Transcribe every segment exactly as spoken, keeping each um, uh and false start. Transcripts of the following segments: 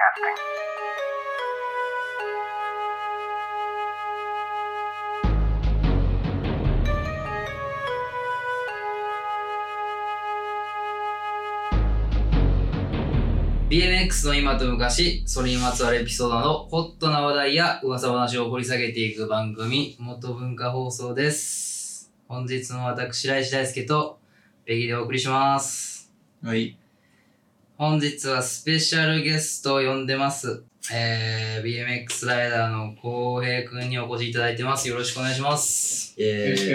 ビーエムエックス の今と昔、それにまつわるエピソードなど、ホットな話題や噂話を掘り下げていく番組、元文化放送です。本日も私、白石大輔と、ベギでお送りします。 はい。 本日はスペシャルゲストを呼んでます。えー、ビーエムエックス ライダーの浩平くんにお越しいただいてます。よろしくお願いします。 イェーイ。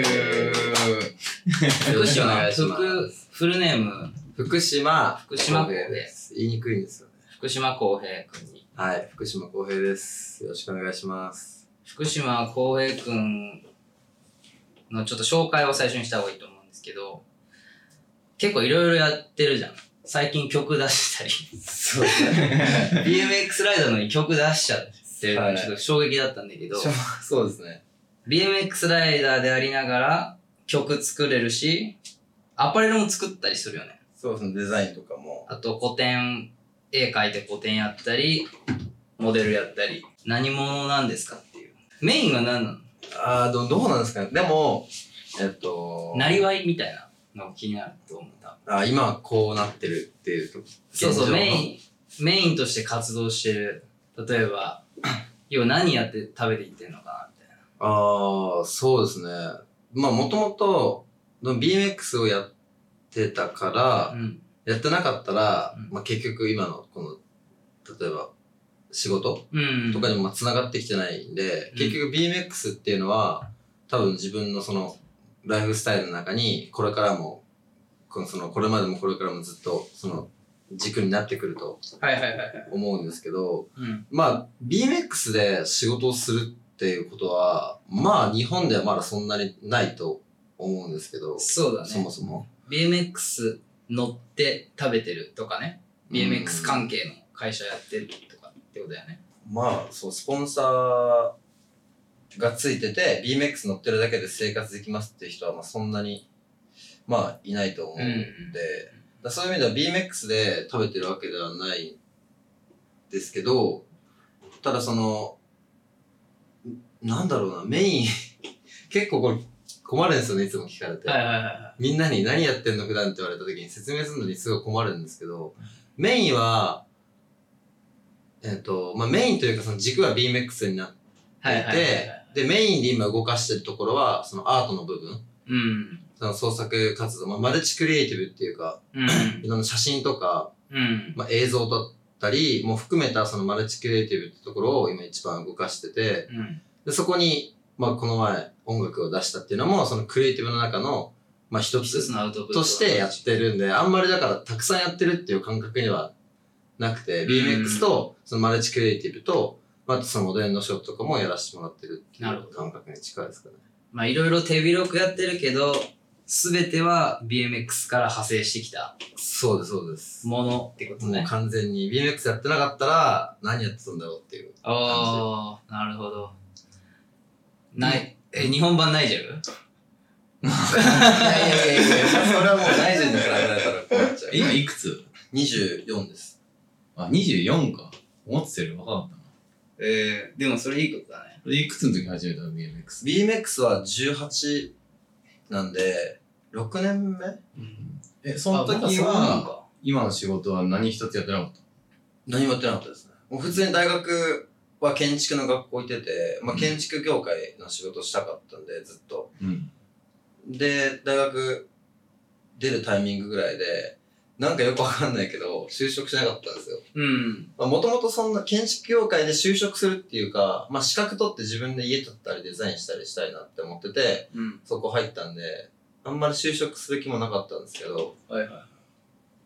福島、福、フルネーム、 福島、 福島浩平です。言いにくいんですよね。 福島浩平くんに。 はい、福島浩平です。よろしくお願いします。 福島浩平くんのちょっと紹介を最初にした方がいいと思うんですけど、結構いろいろやってるじゃん。最近曲出したり。 そうですね。 ビーエムエックス ライダーのに曲出しちゃってるのちょっと衝撃だったんだけど、はい、 そうですね。 ビーエムエックス ライダーでありながら曲作れるし、アパレルも作ったりするよね。 そうですね、デザインとかも。 あと古典、絵描いて古典やったり、モデルやったり。何者なんですかっていう。メインは何なの？ あー、どどうなんですかね。でも、えっと、 なりわいみたいなのが気になると思った。 あ、今はこうなってるっていうと。 そうそう、メイン、メインとして活動してる。例えば、要は何やって食べていってんのかなみたいな。 あー、そうですね。まあ、もともと、ビーエムエックス をやってたから、うん、やってなかったら、うん、まあ、結局今のこの、例えば、仕事とかにも繋がってきてないんで、うん、結局 ビーエムエックス っていうのは、多分自分のその、ライフスタイルの中に、これからも、このその、これまでもこれからもずっと、その、軸になってくると、思うんですけど、まあ、ビーエムエックス で仕事をするっていうことは、まあ、日本ではまだそんなにないと思うんですけど、 そうだね。 そもそも。 ビーエムエックス 乗って食べてるとかね、ビーエムエックス 関係の会社やってるとかってことだよね。 まあ、そう、スポンサーがついてて、ビーエムエックス 乗ってるだけで生活できますっていう人は、まあそんなに、まあ、いないと思うんで、うん、そういう意味では ビーエムエックス で食べてるわけではないですけど、ただその、なんだろうな、メイン、結構これ困るんですよね、いつも聞かれて。 はいはいはい、 みんなに何やってんの普段って言われた時に説明するのにすごい困るんですけど、メインは、えっと、まあ、メインというかその軸は ビーエムエックス になっていて、で、メインで今動かしてるところは、そのアートの部分。 うん。 その創作活動、まあ、マルチクリエイティブっていうか、うん、いろんな写真とか、うん、まあ、映像だったりも含めたそのマルチクリエイティブってところを今一番動かしてて、うん、でそこに、まあ、この前音楽を出したっていうのも、そのクリエイティブの中の、まあ、一つとしてやってるんで、あんまりだからたくさんやってるっていう感覚にはなくて、うん、ビーエムエックス とそのマルチクリエイティブと、あとそのモデルのショットとかもやらせてもらってるっていう感覚に近いですかね。 まあいろいろ手広くやってるけど、すべては ビーエムエックス から派生してきた。 そうです、そうです。 ものってことね。 もう完全に ビーエムエックス やってなかったら何やってたんだろうっていう感じ。 ああ、なるほど。ない、え、日本版ナイジェル？いやいやいやいや、それはもうナイジェルに比べられたら困っちゃう。 今いくつ？ にじゅうよんです。 あ、にじゅうよんか。思ってたより若かったな。 えー、でもそれいいことだね。 いくつの時始めたの ビーエムエックス？ ビーエムエックス はじゅうはちなんで、ろくねんめ、うん、 え、その時は、今の仕事は何一つやってなかった？ 何もやってなかったですね。もう普通に大学は建築の学校行ってて、まあ、建築業界の仕事したかったんで、ずっと。うん、で、大学出るタイミングぐらいで、なんかよくわかんないけど、就職しなかったんですよ。うん。まあ、もともとそんな建築業界で就職するっていうか、まあ、資格取って自分で家建ったりデザインしたりしたいなって思ってて、うん、そこ入ったんで、あんまり就職する気もなかったんですけど、はいはい。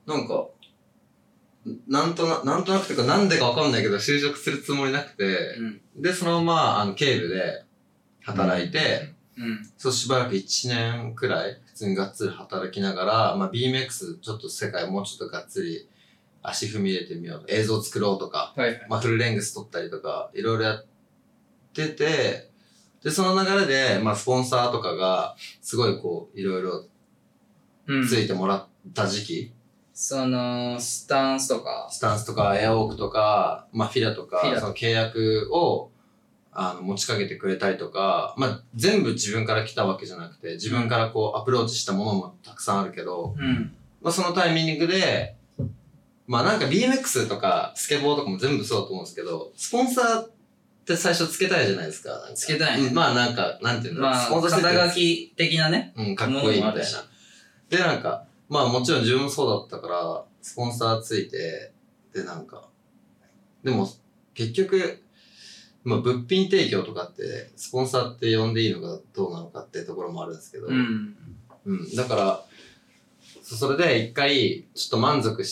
なんか、なんとな、なんとなくてか、なんでかわかんないけど、就職するつもりなくて、うん、で、そのまま、あの、経部で働いて、うんうん、そうしばらくいちねんくらい、普通にがっつり働きながら、まあ、ビーエムエックス ちょっと世界もうちょっとがっつり足踏み入れてみようと、映像作ろうとか、はいはい、まあ、フルレングス撮ったりとか、いろいろやってて、で、その流れで、まあ、スポンサーとかが、すごいこう、いろいろついてもらった時期その、スタンスとか。 スタンスとか、エアウォークとか、まあフィラとか、 フィラその契約を、あの、持ちかけてくれたりとか、まあ全部自分から来たわけじゃなくて、自分からこうアプローチしたものもたくさんあるけど、 うん。 まあそのタイミングで、まあなんか ビーエムエックス とかスケボーとかも全部そうだと思うんですけど、スポンサーって最初つけたいじゃないですか。なんかつけたいね。 うんまあなんか、なんていうんだろう。 まあ、 スポンサーしてて肩書き的なね。 うん、かっこいいみたいな。で、なんか、まあもちろん自分もそうだったから、スポンサーついて、でなんか、でも結局、まあ物品提供とかって、スポンサーって呼んでいいのかどうなのかっていうところもあるんですけど、 うん。 うん、だから、そそれで一回、ちょっと満足して、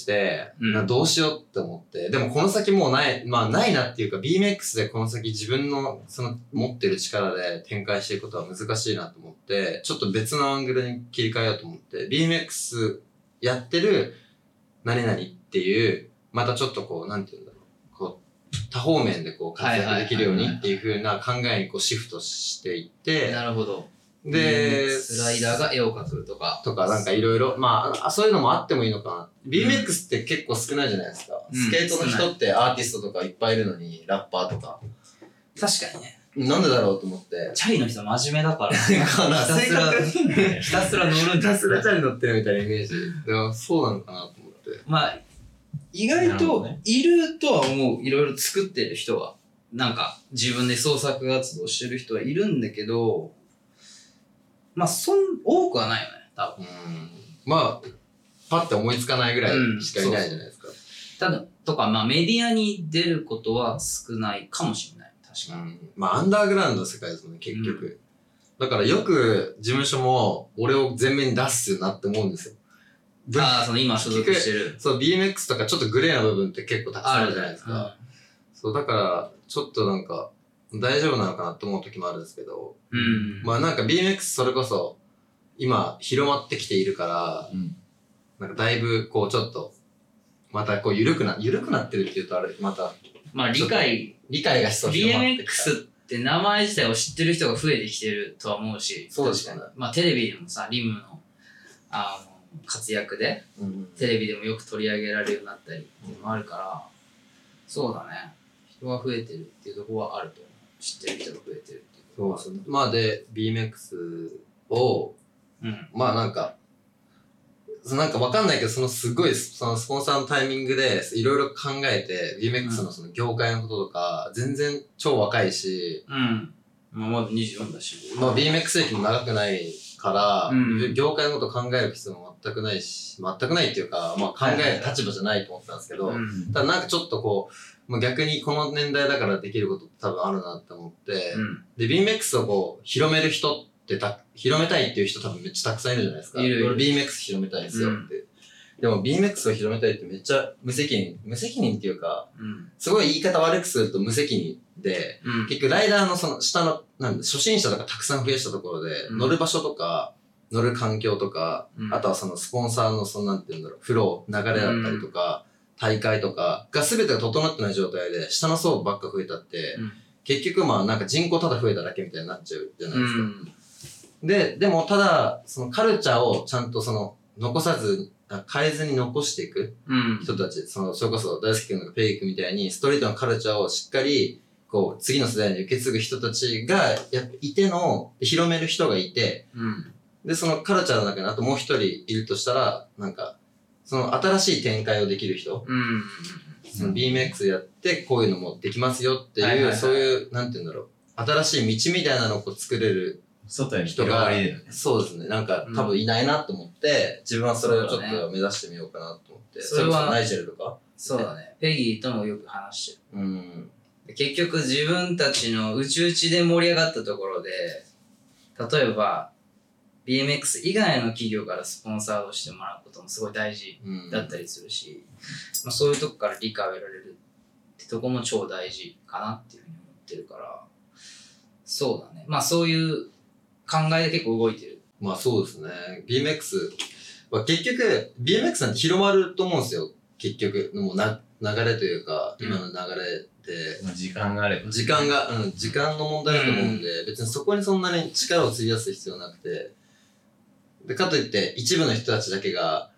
うんなどうしようって思って、でもこの先もうない、まあないなっていうか、ビーエムエックス でこの先自分のその持ってる力で展開していくことは難しいなと思って、ちょっと別のアングルに切り替えようと思って、ビーエムエックス やってる何々っていう、またちょっとこう、なんていうんだろう、こう、多方面でこう活躍できるようにっていう風な考えにこうシフトしていって、 なるほど。 で、 スライダーが絵を描くとか。 とか、なんかいろいろ、まあ、そういうのもあってもいいのかな。ビーエムエックス って結構少ないじゃないですか。 うんスケートの人ってアーティストとかいっぱいいるのに、ラッパーとか。 確かにね。 なんでだろうと思って。 チャリの人真面目だから。 だから、 ひたすら、ひたすら乗るんひだたすらチャリ乗ってるみたいなイメージ。でもそうなのかなと思って。 まあ、意外となるほどねいるとは思う。いろいろ作ってる人は。なんか、自分で創作活動してる人はいるんだけど、まあ、そん、多くはないよね、多分。 うん。まあ、パッて思いつかないぐらいしかいないじゃないですか。 ただ、とか、まあ、メディアに出ることは少ないかもしれない。確かに。 うん。まあ、アンダーグラウンドの世界ですもんね、結局。だからよく事務所も俺を前面に出すなって思うんですよ。 ああ、その今所属してる。 そう、ビーエムエックス とかちょっとグレーな部分って結構たくさんあるじゃないですか。そう、だから、ちょっとなんか、大丈夫なのかなって思う時もあるんですけど、 うん。 まあなんか ビーエムエックス それこそ、今広まってきているから、 うんなんかだいぶこうちょっと、またこう緩くな、緩くなってるって言うとあれ、また、 まあ、理解、 理解がしそうビーエムエックス って名前自体を知ってる人が増えてきてるとは思うし、 そうですね。 まあ、テレビでもさ、リムの、あの、活躍で、 うん、 テレビでもよく取り上げられるようになったりっていうのもあるから、そうだね。人が増えてるっていうところはあると思う。知ってる人が増えてるっていうところは。 そうそう。まあで、ビーエムエックス を、 うん。 まあなんか、そのなんかわかんないけど、そのすごい、そのスポンサーのタイミングでいろいろ考えて、ビーエムエックス のその業界のこととか、全然超若いし、 うん。まあ、まだにじゅうよんだし。 まあ ビーエムエックス 歴も長くないから、 うん業界のこと考える必要も全くないし、全くないっていうか、まあ考える立場じゃないと思ったんですけど、 うん。 ただなんかちょっとこう、まあ、逆にこの年代だからできることって多分あるなって思って、 うん。 で、ビーエムエックス をこう、広める人ってた、広めたいっていう人多分めっちゃたくさんいるじゃないですか。 いるいる俺 ビーエムエックス 広めたいんですよって。でも ビーエムエックス を広めたいってめっちゃ無責任、無責任っていうか、 うん。 すごい言い方悪くすると無責任で、 うん。 結局ライダーのその下の、なんだ、初心者とかたくさん増やしたところで、 うん乗る場所とか、乗る環境とか、 うんあとはそのスポンサーのそのなんて言うんだろう、フロー、流れだったりとか、大会とかが全てが整ってない状態で、下の層ばっか増えたって、 うん結局まあなんか人口ただ増えただけみたいになっちゃうじゃないですか。 うん。 で、でもただ、そのカルチャーをちゃんとその、残さず、あ変えずに残していくうん。 人たち、その、それこそ大輔君とかペイ君みたいに、ストリートのカルチャーをしっかり、こう、次の世代に受け継ぐ人たちが、やっぱいての、広める人がいて、 うん。 で、そのカルチャーの中にあともう一人いるとしたら、なんか、その新しい展開をできる人、 うん。 その ビーエムエックス やってこういうのもできますよっていう、 はいはいはいそういう、なんて言うんだろう、新しい道みたいなのをこう作れる外に人が広がりだよね。 そうですね。なんかうん多分いないなと思って、自分はそれをちょっそうだねと目指してみようかなと思って。 それはそれこそナイジェルとか。 そうだね。ペギーともよく話してる。 うん。 結局自分たちの内々で盛り上がったところで、例えば ビーエムエックス 以外の企業からスポンサーをしてもらうこともすごい大事うん。 だったりするし、まあ、そういうとこから理解を得られるってとこも超大事かなっていうふうに思ってるから、そうだね。まあそういう考えで結構動いてる。 まあそうですね。ビーエムエックス は結局、ビーエムエックス なんて広まると思うんですよ。結局。もうな、流れというか、今の流れで。 まあ時間があれば。 時間が、うん、時間の問題だと思うんで、別にそこにそんなに力を費やす必要なくて、で、かといって一部の人たちだけが、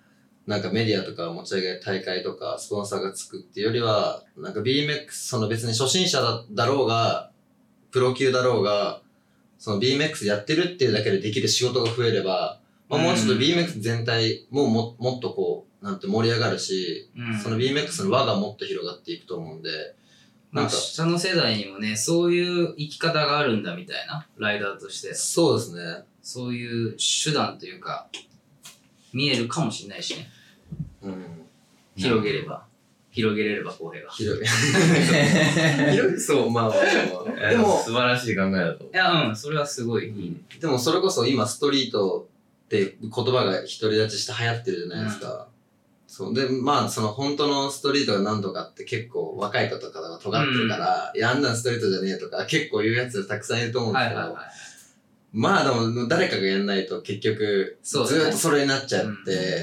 なんかメディアとか持ち上げる大会とかスポンサーがつくっていうよりは、なんか ビーエムエックス、その別に初心者 だ, だろうが、プロ級だろうが、その ビーエムエックス やってるっていうだけでできる仕事が増えれば、まあ、もうちょっと ビーエムエックス 全体もももっとこう、なんて盛り上がるし、うん、その ビーエムエックス の輪がもっと広がっていくと思うんで、 なんか下の世代にもね、そういう生き方があるんだみたいな、ライダーとして。 そうですね。 そういう手段というか、見えるかもしれないしね。うん。広げれば。広げれれば公平が。 広げ。広げ、そう、まあまあまあ。 でも、素晴らしい考えだと。いや、うん、それはすごいいい、 うん。でもそれこそ今ストリートって言葉が独り立ちして流行ってるじゃないですか。うん、そう。で、まあ、その本当のストリートが何とかって結構若い子とかが尖ってるから、うん、いや、あんなんストリートじゃねえとか結構言うやつたくさんいると思うんですけど、はいはいはい、まあでも誰かがやんないと結局ずーっとそれになっちゃって、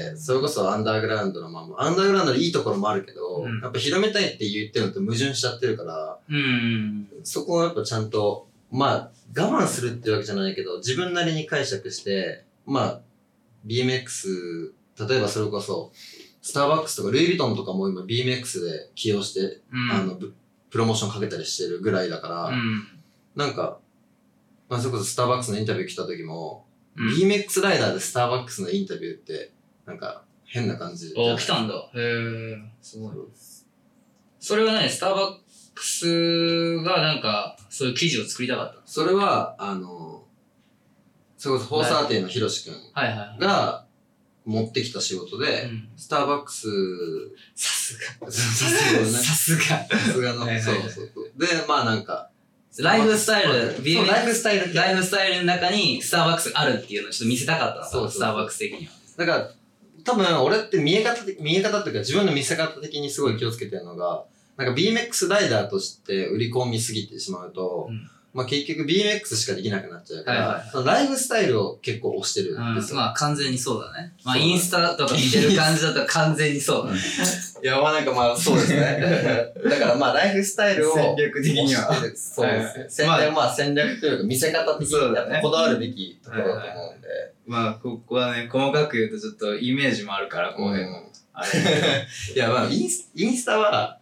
それこそアンダーグラウンドのまま、アンダーグラウンドのいいところもあるけど、うん、やっぱ広めたいって言ってるのと矛盾しちゃってるから、うん、そこはやっぱちゃんと、まあ我慢するってわけじゃないけど、自分なりに解釈して、まあ ビーエムエックス、例えばそれこそ、スターバックスとかルイ・ヴィトンとかも今 ビーエムエックス で起用して、うん、あの、プロモーションかけたりしてるぐらいだから、うん、なんか、まあ、それこそスターバックスのインタビュー来た時も、うん、ビーエムエックス ライダーでスターバックスのインタビューって、なんか、変な感じじゃない。お、来たんだ。へー、すごい。それはね、スターバックスがなんか、そういう記事を作りたかった。 それは、あの、それこそフォーサーティーのヒロシ君が持ってきた仕事で、はいはいはい、スターバックス、 さすが。 さすがね。 さすが。 さすがの、はいはいはい、そうそうそう。で、まあなんか、 ライフスタイル、 ビーエムエックス、ライフスタイル、 ライフスタイルの中にスターバックスがあるっていうのをちょっと見せたかったの。そうそう、スターバックス的には。 だから、多分俺って見え方的、見え方っていうか自分の見せ方的にすごい気をつけてるのが、なんか ビーエムエックス ライダーとして売り込みすぎてしまうと、うん、まあ結局 ビーエムエックス しかできなくなっちゃうから、はいはいはい、そのライフスタイルを結構推してるんですよ。 うん、まあ完全にそうだね。まあインスタとか見てる感じだったら完全にそうだね。 いや、まあなんかまあそうですね。だからまあライフスタイルを戦略的には。 そうですね。戦略、まあ戦略というか見せ方的にやっぱこだわるべきところだと思うんで。 まあここはね、細かく言うとちょっとイメージもあるから、こういうの。あれ。 いやまあインス、インスタは、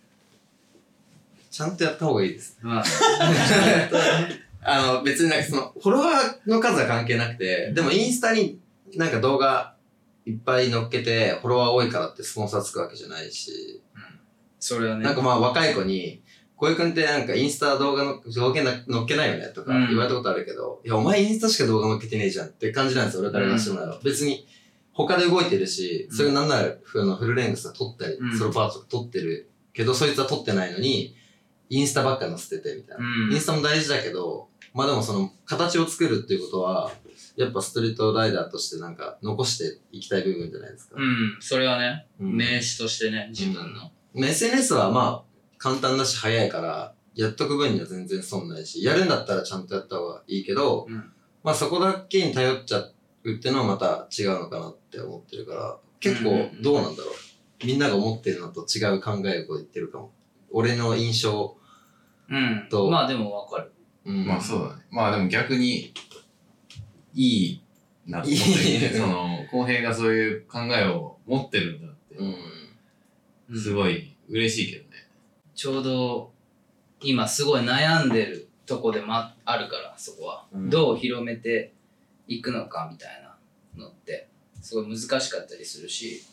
ちゃんとやった方がいいです。まあ、あの、別になんかその、フォロワーの数は関係なくて、でもインスタになんか動画いっぱい載っけて、フォロワー多いからってスポンサーつくわけじゃないし、うん、 それはね。 なんかまあ若い子に、小江くんってなんかインスタ動画の、動画載っけないよねとか言われたことあるけど、うん、いやお前インスタしか動画載っけてねえじゃんって感じなんですよ、俺から言わせてもらう。うん、別に、他で動いてるし、それなんならフルレングスは撮ったり、うん、ソロパートとか撮ってるけど、そいつは撮ってないのに、インスタばっか載せててみたいな、うん。インスタも大事だけど、まあでもその形を作るっていうことは、やっぱストリートライダーとしてなんか残していきたい部分じゃないですか。 うん、それはね、うん、名詞としてね、自分の。 うん、エスエヌエス はまあ簡単だし早いから、やっとく分には全然損ないし、やるんだったらちゃんとやった方がいいけど、うん、まあそこだけに頼っちゃうっていうのはまた違うのかなって思ってるから、結構どうなんだろう。みんなが思ってるのと違う考えを言ってるかも。俺の印象と、 うん、まあでもわかる。 うん、まあそうだね。まあでも逆に、いいなと思ってる、ね、その、公平がそういう考えを持ってるんだって。うん、すごい嬉しいけどね。 ちょうど、今すごい悩んでるとこでもあるから、そこは。うん、どう広めていくのかみたいなのって、すごい難しかったりするし、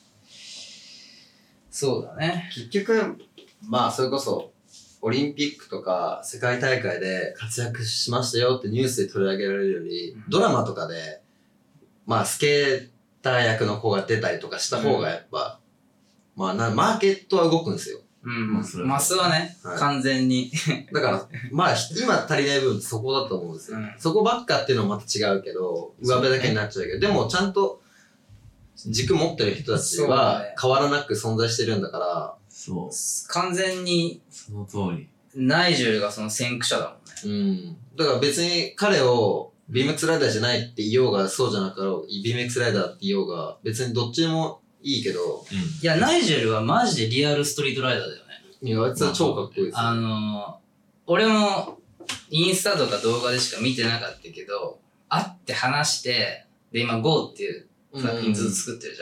そうだね。 結局、まあそれこそ、オリンピックとか世界大会で活躍しましたよってニュースで取り上げられるより、うん、ドラマとかで、まあスケーター役の子が出たりとかした方がやっぱ、うん、まあな、マーケットは動くんですよ。 うん、マスマスはね、はい、完全に。 だから、まあ今足りない部分ってそこだと思うんですよ。うん、そこばっかっていうのはまた違うけど、上辺だけになっちゃうけど、でもちゃんと軸持ってる人たちは変わらなく存在してるんだから、 そう。 完全に、 その通り。 ナイジェルがその先駆者だもんね。うん。だから別に彼を ビーエムエックス ライダーじゃないって言おうが、そうじゃなくて ビーエムエックス ライダーって言おうが、別にどっちでもいいけど。うん、 いや、ナイジェルはマジでリアルストリートライダーだよね。 いや、あいつは超かっこいいです、ね。 あのー、俺もインスタとか動画でしか見てなかったけど、会って話して、で、今 ゴー っていう作品ずっと作ってるじゃん。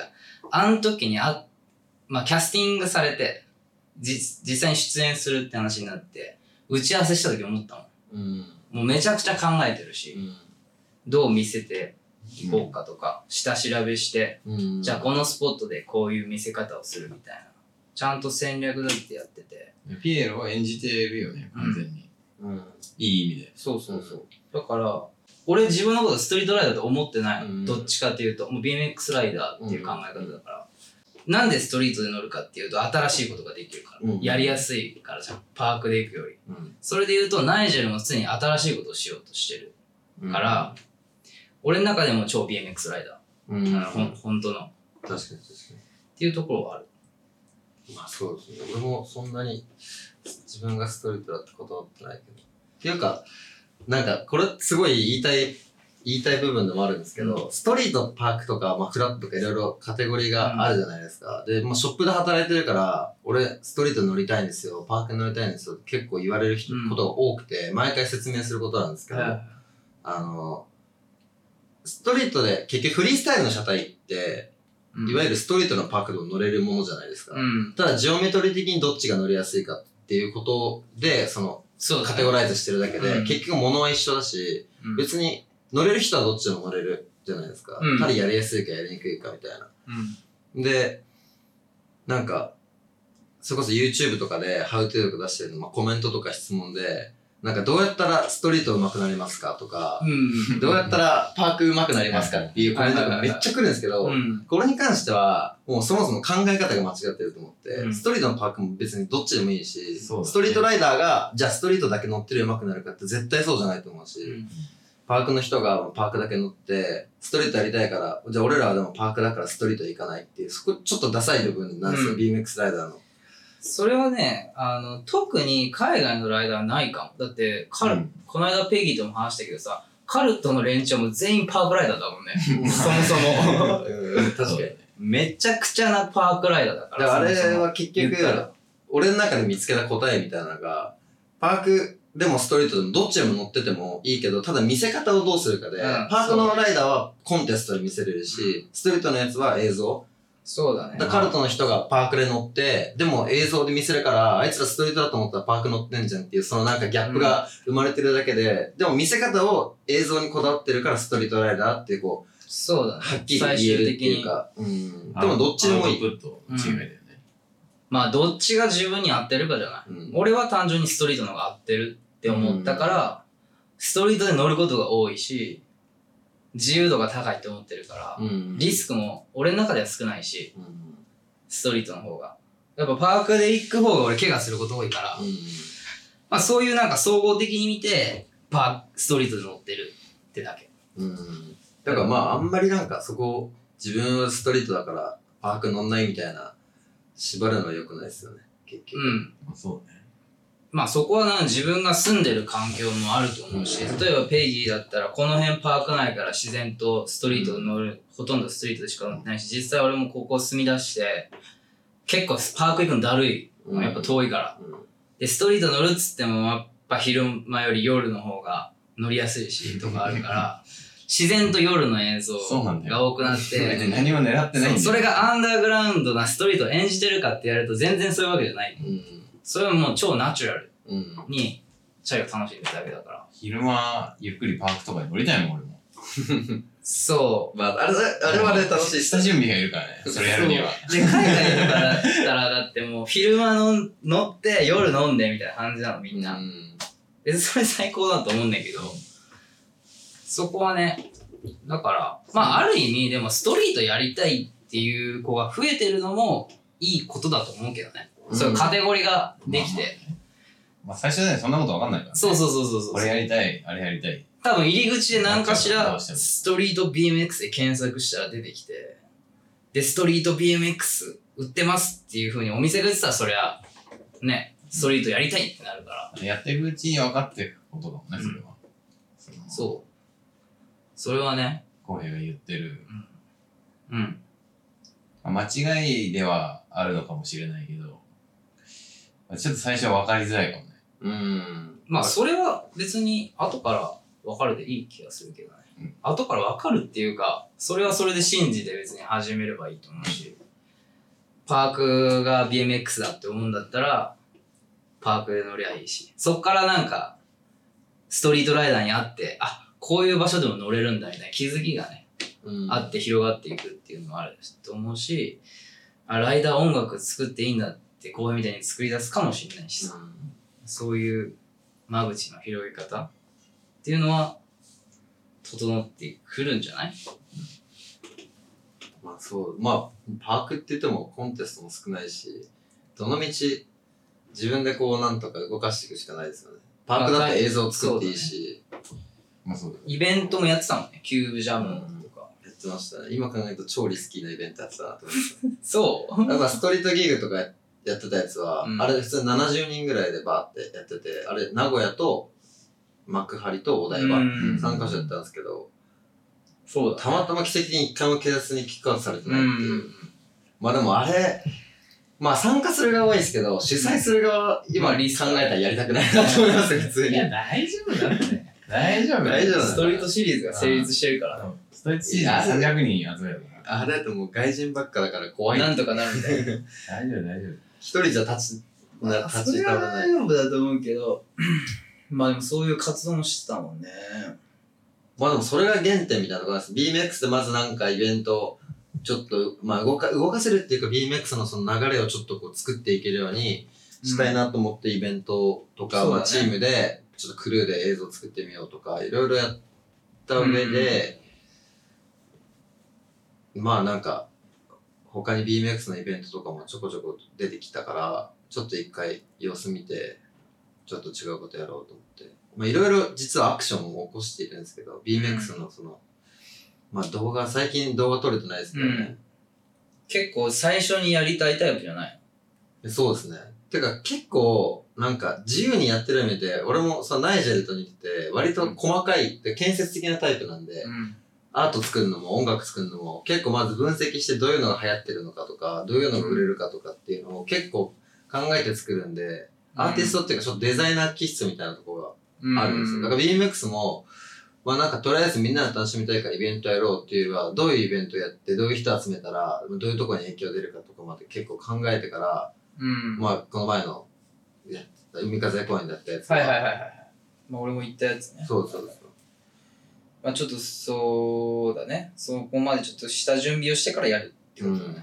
あの時にあ、まあ、キャスティングされて、じ、実際に出演するって話になって、打ち合わせした時思ったもん。 うん。 もうめちゃくちゃ考えてるし、 うん、 どう見せていこうかとか、下調べして、うん、じゃあこのスポットでこういう見せ方をするみたいな。ちゃんと戦略だってやってて。 ピエロは演じてるよね、完全に。うん。いい意味で。 そうそうそう。だから、俺自分のことストリートライダーと思ってないの。うん、どっちかっていうと、もう ビーエムエックス ライダーっていう考え方だから。うん、なんでストリートで乗るかっていうと、新しいことができるから。うん、やりやすいからじゃん。パークで行くより。うん、それで言うと、ナイジェルも常に新しいことをしようとしてる。から、うん、俺の中でも超 ビーエムエックス ライダー。うん、あのほん本当の。 確かに確かに。 っていうところはある。 まあそうですね。俺もそんなに自分がストリートだってことは思ってないけど。っていうか、なんかこれすごい言いたい、言いたい部分でもあるんですけど、うん、ストリート、パークとか、まあフラットとかいろいろカテゴリーがあるじゃないですか。うん、で、まあショップで働いてるから、俺ストリート乗りたいんですよ、パーク乗りたいんですよって結構言われる人、うん、ことが多くて、毎回説明することなんですけど、うん、あの、ストリートで結局フリースタイルの車体って、いわゆるストリートのパークでも乗れるものじゃないですか。うん、ただ、ジオメトリー的にどっちが乗りやすいかっていうことで、その、そうカテゴライズしてるだけで、うん、結局物は一緒だし、うん、別に乗れる人はどっちでも乗れるじゃないですか。うん、ただやりやすいかやりにくいかみたいな。うん、で、なんか、それこそ YouTube とかで How to とか出してるの、まあ、コメントとか質問で、なんかどうやったらストリート上手くなりますかとか、うん、どうやったらパーク上手くなりますかっていうコメントがめっちゃ来るんですけど、これに関しては、もうそもそも考え方が間違ってると思って、うん、ストリートのパークも別にどっちでもいいし、ね、ストリートライダーが、じゃあストリートだけ乗ってる上手くなるかって絶対そうじゃないと思うし、うん、パークの人がパークだけ乗って、ストリートやりたいから、じゃあ俺らはでもパークだからストリート行かないっていう、そこちょっとダサい部分なんですよ、うん、ビーエムエックス ライダーの。 それはね、あの、特に海外のライダーはないかも。だって、カル、うん、この間ペギーとも話したけどさ、カルトの連中も全員パークライダーだもんね。そもそも。 確かに。 めちゃくちゃなパークライダーだから。 だからあれは結局、俺の中で見つけた答えみたいなのが、パークでもストリートでもどっちでも乗っててもいいけど、ただ見せ方をどうするかで、うん、パークのライダーはコンテストで見せれるし、うん、ストリートのやつは映像。 そうだね。 だカルトの人がパークで乗って、でも映像で見せるから、あいつらストリートだと思ったらパーク乗ってんじゃんっていう、そのなんかギャップが生まれてるだけで、うん、でも見せ方を映像にこだわってるからストリートライダーってこう、 そうだね。 はっきり言えるっていうか、うん。でもどっちでもいい。 アウトプットの違いだよね。うん、 まあどっちが自分に合ってるかじゃない。うん、俺は単純にストリートの方が合ってるって思ったから、うん、ストリートで乗ることが多いし、自由度が高いって思ってるから、うん、リスクも俺の中では少ないし、うん、ストリートの方が。やっぱパークで行く方が俺怪我すること多いから、うん、まあそういうなんか総合的に見て、パー、ストリートで乗ってるってだけ。 うん、だからまああんまりなんかそこ、自分はストリートだからパーク乗んないみたいな縛るのは良くないですよね、結局。 うん。 まあそうね。 まあそこはな、自分が住んでる環境もあると思うし、例えばペイギーだったらこの辺パーク内から自然とストリートに乗る、うん、ほとんどストリートでしか乗ってないし、実際俺もここ住み出して、結構パーク行くのだるい。うん、やっぱ遠いから、うん。で、ストリート乗るっつってもやっぱ昼間より夜の方が乗りやすいし、とかあるから、自然と夜の映像が多くなって、 何も狙ってないんだよ。 それがアンダーグラウンドなストリートを演じてるかってやると全然そういうわけじゃない。うん、それはもう超ナチュラルにチャイが楽しんでるだけだから。 昼間ゆっくりパークとかに乗りたいもん俺も。 そう。 まあ、あれ、あれはね、楽しい。 下準備がいるからね、それやるには。 で、海外とかだったら、だってもう、昼間の乗って、夜飲んでみたいな感じなの、みんな。うん、別にそれ最高だと思うんだけど、そこはね、だから、まあ、ある意味、でも、ストリートやりたいっていう子が増えてるのも、いいことだと思うけどね。うん、そういうカテゴリーができて。 まあ、まあ、最初ね、そんなことわかんないから、ね。 そうそうそうそうそう。 これやりたい、あれやりたい。 多分入り口で何かしらストリート ビーエムエックス で検索したら出てきて、で、ストリート ビーエムエックス 売ってますっていう風にお店が言ってたらそりゃ、ね、ストリートやりたいってなるから。 やっていくうちに分かっていくことだもんね、それは。 うん、そう。それはね。 浩平が言ってる。 うん。うんまあ、間違いではあるのかもしれないけど、ちょっと最初は分かりづらいかもね。 うん。まあそれは別に後から分かるでいい気がするけどね。 うん、 後から分かるっていうか、それはそれで信じて別に始めればいいと思うし、パークが ビーエムエックス だって思うんだったら、パークで乗りゃいいし、そっからなんか、ストリートライダーに会って、あ、こういう場所でも乗れるんだみたいな気づきがね、うん、あって広がっていくっていうのもあると思うし、あ、ライダー音楽作っていいんだってこういうみたいに作り出すかもしれないしさ、うん、そういう間口の広げ方っていうのは整ってくるんじゃない？ まあそう、まあパークって言ってもコンテストも少ないし、どの道自分でこうなんとか動かしていくしかないですよね。パークだって映像作っていいし、 まあそうだね。 イベントもやってたもんね、キューブジャムとか。 やってましたね。今考えると超リスキーなイベントやってたなと思って。 そうやっぱストリートギグとかやってたやつは、うん、あれ普通ななじゅうにんぐらいでバーってやってて、あれ名古屋と幕張とお台場さんカ所やったんですけど、 そうだね、 たまたま奇跡的に一回も警察にキックアウトされてないっていう。うまあでもあれ、まあ参加する側はいいですけど、主催する側、今考えたらやりたくないなと思いますよ、普通に。 いや、大丈夫だって。 大丈夫大丈夫ストリートシリーズが成立してるからね。 ストリートシリーズさんびゃくにん集めるから。 あれだともう外人ばっかだから怖い。 なんとかなるみたいな。 大丈夫、大丈夫。 一人じゃ立ち、な立ちそれは大丈夫だと思うけど、まあでもそういう活動もしてたもんね。 まあでもそれが原点みたいなところです。ビーエムエックス でまずなんかイベント、ちょっと、まあ動か、動かせるっていうか ビーエムエックス のその流れをちょっとこう作っていけるようにしたいなと思ってイベントとか、うん、まあチームで、ちょっとクルーで映像作ってみようとか、いろいろやった上で、うん、まあなんか、他に ビーエムエックス のイベントとかもちょこちょこ出てきたから、ちょっと一回様子見て、ちょっと違うことやろうと思って。まあいろいろ実はアクションを起こしているんですけど、ビーエムエックス のその、まあ動画、最近動画撮れてないですけどね、うん。 結構最初にやりたいタイプじゃないの？そうですね。てか結構なんか自由にやってる意味で、俺もそのナイジェルと似てて、割と細かい、うん、建設的なタイプなんで、うん、アート作るのも音楽作るのも結構まず分析してどういうのが流行ってるのかとか、どういうのが売れるかとかっていうのを結構考えて作るんで、アーティストっていうかちょっとデザイナー気質みたいなところがあるんですよ。だから ビーエムエックス も、まあなんかとりあえずみんなで楽しみたいからイベントやろうっていうよりは、どういうイベントやって、どういう人集めたら、どういうところに影響出るかとかまで結構考えてから、うん、まあこの前のやった海風公園だったやつ。 はいはいはいはい。まあ俺も行ったやつね。 そうそうそう。 まあちょっとそうだね。そこまでちょっとした準備をしてからやるってことだね。うん、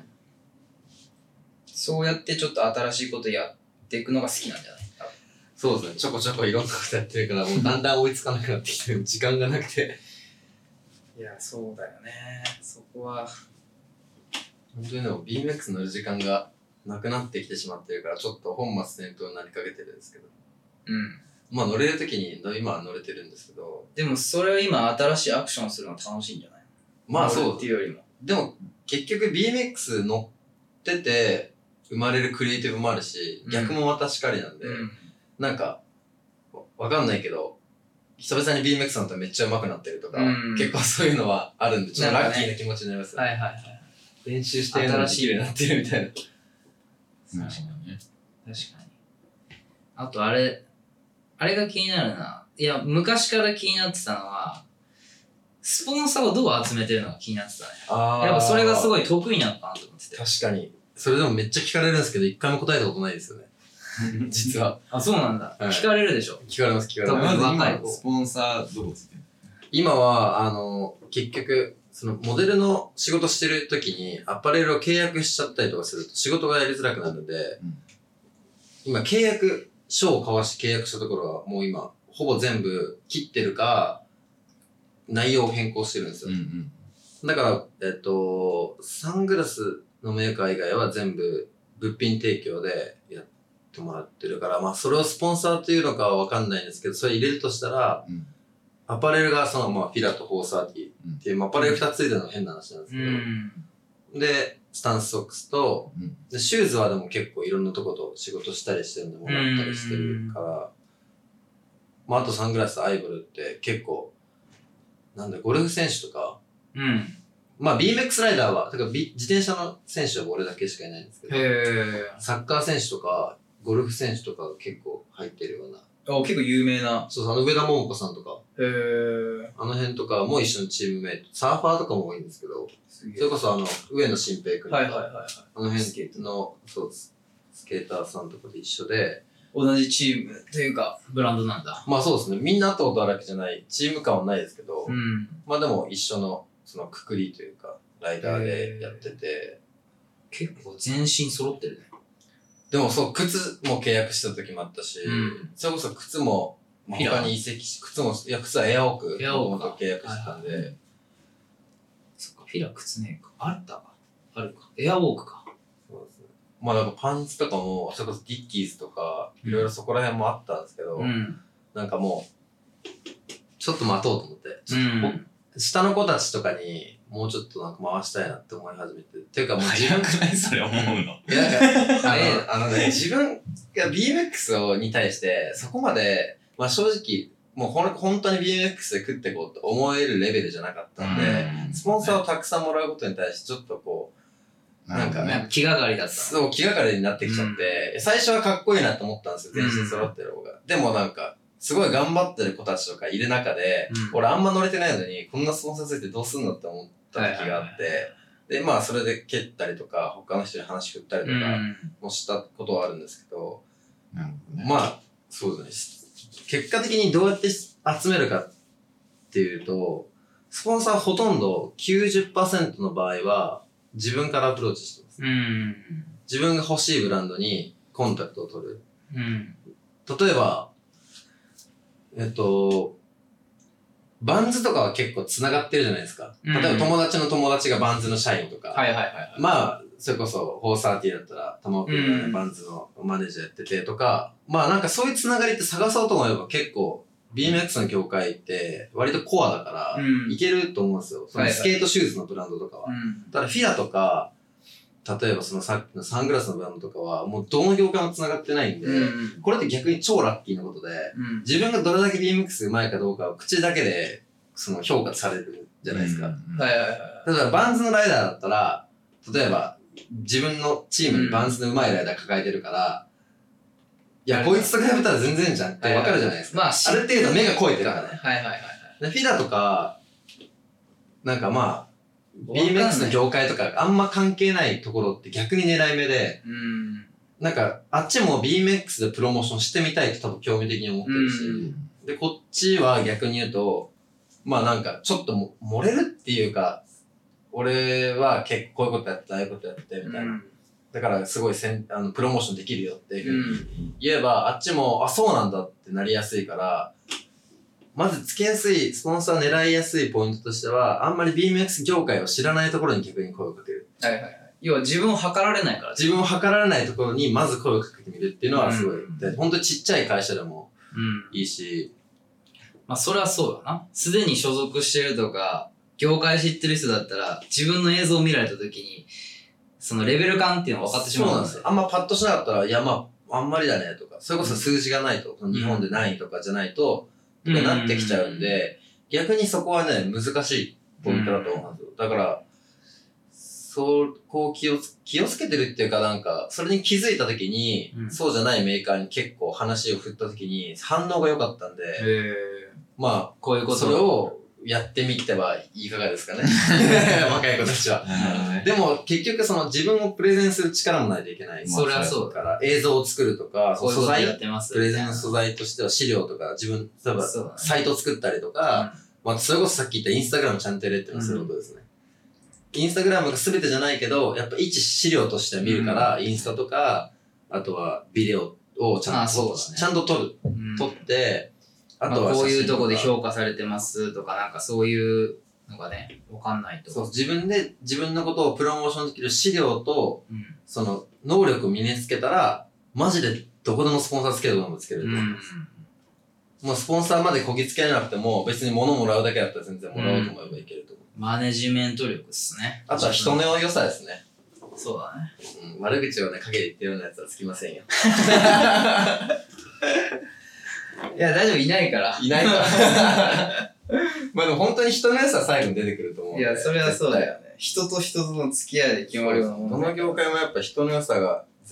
そうやってちょっと新しいことやっていくのが好きなんじゃない？ そうですね。ちょこちょこいろんなことやってるから、もうだんだん追いつかなくなってきて、時間がなくて。 いや、そうだよね。そこは。 本当にでも ビーエムエックス 乗る時間がなくなってきてしまってるから、ちょっと本末転倒になりかけてるんですけど。 うん。 まあ乗れるときに、今は乗れてるんですけど。 でもそれを今新しいアクションするの楽しいんじゃない？ まあそう。 っていうよりも。 でも結局 ビーエムエックス 乗ってて生まれるクリエイティブもあるし、逆もまたしかりなんで、うん、なんか、わかんないけど、久々に ビーエムエックス 乗ったらめっちゃ上手くなってるとか、うん、結構そういうのはあるんで、ちょっとラッキーな気持ちになりますよね。 はいはいはい。 練習して新しいようになってるみたいな。確かにね。 確かに。あとあれ、あれが気になるな。いや、昔から気になってたのは、スポンサーをどう集めてるのが気になってたね。あやっぱそれがすごい得意なのかなと思ってて。 確かに。それでもめっちゃ聞かれるんですけど、一回も答えたことないですよね。実は。 あ、そうなんだ、はい。聞かれるでしょ。 聞かれます、聞かれます。 まず今、スポンサーどこついてる？ 今は、あの、結局、そのモデルの仕事してる時にアパレルを契約しちゃったりとかすると仕事がやりづらくなるので、うん、今契約書を交わして契約したところはもう今ほぼ全部切ってるか内容を変更してるんですよ。うんうん、だから、えっと、サングラスのメーカー以外は全部物品提供でやってもらってるから、まあそれをスポンサーというのかはわかんないんですけど、それ入れるとしたら、うんアパレルがその、まあ、フィラとフォーサーティっていう、まあ、アパレル二つついてるのが変な話なんですけど、うん、で、スタンスソックスと、うん、で、シューズはでも結構いろんなとこと仕事したりしてるんでもらったりしてるから、うん、まあ、あとサングラスとアイボルって結構、なんだ、ゴルフ選手とか、うん、まあ、ビーエムエックス ライダーは、てか、自転車の選手は俺だけしかいないんですけど、サッカー選手とか、ゴルフ選手とかが結構入ってるような。 あ、結構有名な。 そう、あの、上田桃子さんとか、 へー。 あの辺とかも一緒のチームメイト、サーファーとかも多いんですけど、それこそあの、上野晋平君とか、 はいはいはいはい。 あの辺の、そうです。スケーターさんとかで一緒で、 同じチームというか、ブランドなんだ。 まあそうですね、みんな会ったことあるわけじゃない、チーム感はないですけど、 うん。 まあでも一緒の、そのくくりというか、ライダーでやってて、 結構全身揃ってるね。 でもそう、靴も契約した時もあったし、 うんそれこそ靴も、まあ他に移籍し、靴も、いや、靴はエアオーク、 エアオークか元々契約してたんで、 はいはそっか、フィラ靴ねえか。あったか。あるか。エアウォークか。 そうですね。まあなんかパンツとかも、それこそディッキーズとか、 うんいろいろそこら辺もあったんですけど、 ん。 なんかもう、ちょっと待とうと思って、ちょっとこうん下の子たちとかに、もうちょっとなんか回したいなって思い始めて。っていうかもう自分、 早くないそれ思うの。 いやなんか、あの、あのね、自分が ビーエムエックス をに対して、そこまで、まあ正直、もうほん本当に ビーエムエックス で食っていこうと思えるレベルじゃなかったんで、 うんスポンサーをたくさんもらうことに対して、ちょっとこう、なんかなんか気がかりだったの。 そう、気がかりになってきちゃって、最初はかっこいいなと思ったんですよ、全身揃ってる方が。でもなんか、すごい頑張ってる子たちとかいる中で、 うん俺あんま乗れてないのに、こんなスポンサーついてどうすんのって思った時があって、で、まあそれで蹴ったりとか、他の人に話振ったりとかもしたことはあるんですけど、 なるほどね。 まあ、そうですね。結果的にどうやって集めるかっていうと、スポンサーほとんどきゅうじゅっパーセントの場合は自分からアプローチしてます。 うん。 自分が欲しいブランドにコンタクトを取る。 うん。 例えば、えっと、バンズとかは結構繋がってるじゃないですか。 うん例えば友達の友達がバンズの社員とか。 はいはいはいはい。 まあ、それこそ、フォーサーティーだったら、玉尾くんがね、 うんバンズのマネージャーやっててとか、まあなんかそういう繋がりって探そうと思えば結構、ビーエムエックス の業界って割とコアだから、 うんいけると思うんですよ。そのはいはいスケートシューズのブランドとかは。 うん。 ただフィラとか、例えばそのさっきのサングラスのブランドとかは、もうどの業界も繋がってないんで、 うん。 これって逆に超ラッキーなことで、 うん。 自分がどれだけ ビーエムエックス 上手いかどうかを口だけで、その評価されるじゃないですか。 うんはいはいはい。 例えばバンズのライダーだったら、例えば自分のチームにバンズの上手いライダー抱えてるから、いや、こいつと比べたら全然じゃんってわかるじゃないですか。 まあ、 ある程度目が肥えてるからね。 はいはいはいはい。 でフィダとか、なんかまあ、ビーエムエックス の業界とかあんま関係ないところって逆に狙い目で、 うん。 なんかあっちも ビーエムエックス でプロモーションしてみたいと多分興味的に思ってるし、 うんで、こっちは逆に言うと、まあなんかちょっとも漏れるっていうか、俺は結構こういうことやって、ああいうことやってみたいな。だからすごいせんあのプロモーションできるよっていうふうに言えば、あっちも、あ、そうなんだってなりやすいから、まずつけやすい、スポンサー狙いやすいポイントとしては、あんまり ビーエムエックス 業界を知らないところに逆に声をかける。 はいはいはい。要は自分を測られないから。 自分を測られないところにまず声をかけてみるっていうのはすごい。 うんで本当にちっちゃい会社でもうん。 いいし、 まあ、それはそうだな。すでに所属してるとか、業界知ってる人だったら、自分の映像を見られた時に、そのレベル感っていうのが分かってしまう。 そうなんですよ。あんまパッとしなかったら、いやまあ、あんまりだねとか、それこそ数字がないと、その日本でないとかじゃないと、とかなってきちゃうんで、逆にそこはね、難しいポイントだと思うんですよ。だから、そう、こう気をつ、気をつけてるっていうかなんか、それに気づいた時に、 うんそうじゃないメーカーに結構話を振った時に反応が良かったんで、 へー。 まあ、 こういうことそれをやってみてはいかがですかね。若い子たちは。 なるほどね。 でも結局その自分をプレゼンする力もないといけない。 そりゃそうだから映像を作るとか、 こういうこと素材やってます。 プレゼンの素材としては資料とか自分、例えばそうだねサイトを作ったりとか、まあそれこそさっき言ったインスタグラムちゃんとやれっていうのはそういうことですね。インスタグラムが全てじゃないけど、やっぱ一資料として見るから、インスタとか、あとはビデオをちゃんと、 あそうだねちゃんと撮る。 うん撮って、あまあとはこういうとこで写真か評価されてますとか、なんかそういうのがね、わかんないと。 そう、自分で自分のことをプロモーションできる資料と、 うん。 その能力を身につけたら、マジでどこでもスポンサーつけるとこでもつけると思う。 うん。 もうスポンサーまでこぎつけなくても、別に物もらうだけだったら全然もらおうと思えばいけると思う。 マネジメント力っすね。 あとは人の良さですね。 そうだね。 うん、悪口をね、陰で言ってるようなやつはつきませんよ。 いや、大丈夫、いないから。 いないから。まあでも本当に人の良さは最後に出てくると思うんで。 いや、それはそうだよ。 よね。人と人との付き合いで決まるようなもの。 どの業界もやっぱ人の良さが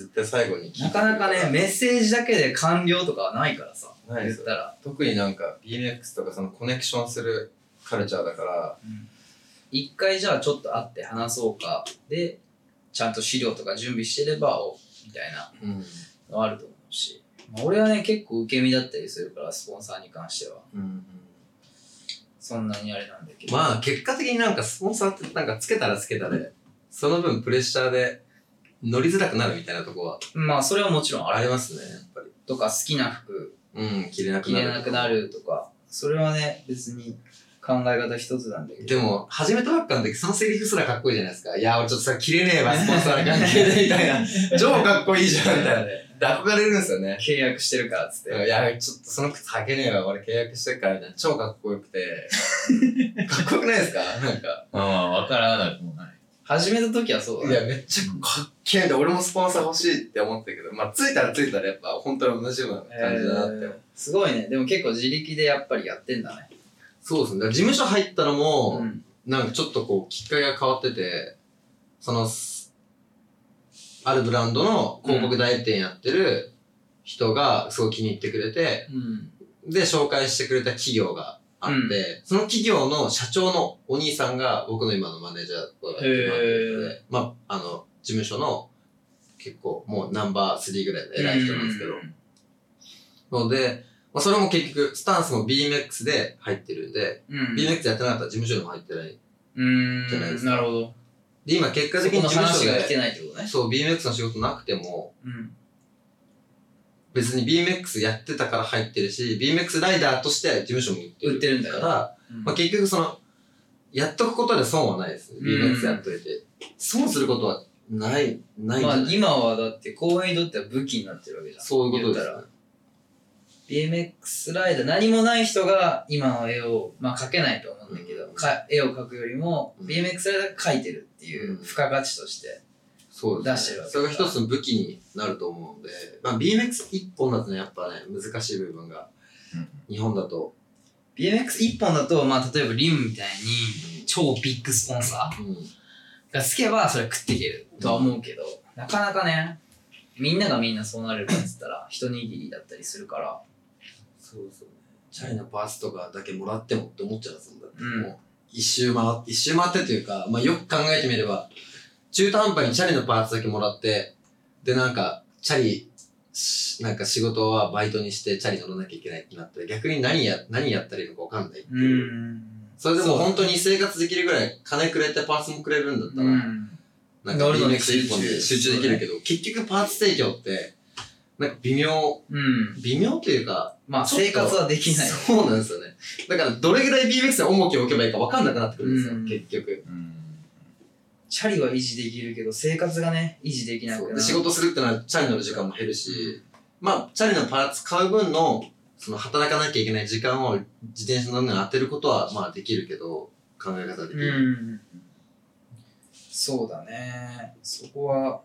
絶対最後に聞いてくるなかなかね、メッセージだけで完了とかはないからさ、 ないですよ言ったら。 特になんか ビーエムエックス とかそのコネクションするカルチャーだから一回じゃあちょっと会って話そうか。で、ちゃんと資料とか準備してれば、おみたいなうんのあると思うし。まあ、俺はね、結構受け身だったりするから、スポンサーに関しては。 うんそんなにあれなんだけど。 まあ結果的になんかスポンサーってなんかつけたらつけたで、その分プレッシャーで乗りづらくなるみたいなとこはまあ、それはもちろんある。 ありますね、やっぱり。 とか、好きな服うん、着れなく着なる。 れなくなるとか、それはね、別に考え方一つなんだけど。 でも、始めたばっかの時、そのセリフすらかっこいいじゃないですか。いや、俺ちょっとさ、着れねえわ、スポンサーの関係で、みたいな。超かっこいいじゃん、みたいな。で、憧れるんですよね。 契約してるからっつって。 いや、ちょっとその靴履けねえわ、俺契約してるから、みたいな。超かっこよくて。かっこよくないですかなんか。 まあまあ、わからなくもない。 始めた時はそうだね。 いや、めっちゃかっけえんだ。俺もスポンサー欲しいって思ったけど、まあ、ついたらついたらやっぱ、本当に同じような感じだなって。 えーすごいね。でも結構自力でやっぱりやってんだね。 そうですね。だから事務所入ったのも、 うん。 なんかちょっとこう、きっかけが変わってて、その、すあるブランドの広告代理店やってる人がすごい気に入ってくれて、 うん。 で、紹介してくれた企業があって、 うんその企業の社長のお兄さんが僕の今のマネージャーをやってもらってるので、まあ、あの、事務所の結構もうナンバースリーぐらいの偉い人なんですけど、ので、まあ、それも結局、スタンスも ビーエムエックス で入ってるんで、 うん。 ビーエムエックス やってなかったら事務所でも入ってない。 うーん。 じゃないですかなるほど。 で、今結果的にそこの事務所で、 話が聞けないってことね。 そう、ビーエムエックス の仕事なくても、 うん。 別に ビーエムエックス やってたから入ってるし、ビーエムエックス ライダーとして事務所も売ってる。 売ってるんだよから、 うんまあ、結局その、やっとくことで損はないですね。 うんビーエムエックス やっといて。損することはない、ないんじまあゃない、 今はだって公園にとっては武器になってるわけじゃん。 そういうことですね言ったら。ビーエムエックス ライダー、何もない人が今の絵を、まあ描けないと思うんだけど、 うんか絵を描くよりも、 うんビーエムエックス ライダーが描いてるっていう付加価値として。 そうですね。 出してるわけそれが一つの武器になると思うんで、まあ、ビーエムエックス 一本だとね、やっぱね、難しい部分が、日本だと、 ビーエムエックス 一本だと、まあ例えばリムみたいに超ビッグスポンサーうん、 がつけばそれ食っていけるとは思うけど、なかなかね、みんながみんなそうなれるかっつったら一握りだったりするから。 そうそうね。チャリのパーツとかだけもらってもって思っちゃうんですもんだって、 うんもう一周回って、一周回ってというか、まあよく考えてみれば、中途半端にチャリのパーツだけもらって、でなんか、チャリ、しなんか仕事はバイトにしてチャリ乗らなきゃいけないってなったら逆に何や、何やったらいいのかわかんないってういう。 ん。 それでも本当に生活できるぐらい金くれてパーツもくれるんだったら、 うん。 なんか乗るのにビーエムエックス 一本で集中できるけど、結局パーツ提供って、なんか微妙、 うん。 微妙というか、 まあちょっと生活はできない。 そうなんですよね。だからどれぐらい ビーエムエックス に重きを置けばいいか分かんなくなってくるんですよ、 うん結局。 うん。 チャリは維持できるけど、生活がね、維持できなくなる。 そうで仕事するってのはチャリ乗る時間も減るし、まあ、チャリのパーツ買う分の、その働かなきゃいけない時間を自転車乗るのに当てることは、まあできるけど、考え方できうる。 ん。そうだね。そこは、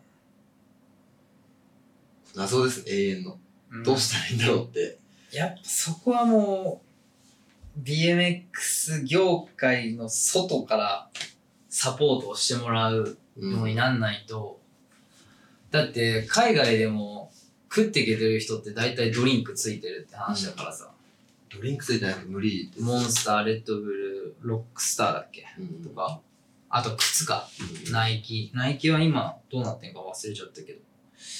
謎ですね、永遠の。 うんどうしたらいいんだろうって。 やっぱそこはもう、ビーエムエックス 業界の外からサポートをしてもらううんのになんないと、だって海外でも食っていけてる人って大体ドリンクついてるって話だからさ、 ドリンクついてないと無理です。 モンスター、レッドブル、ロックスターだっけうんとか、あと靴か、 うんナイキ。ナイキは今どうなってんか忘れちゃったけど。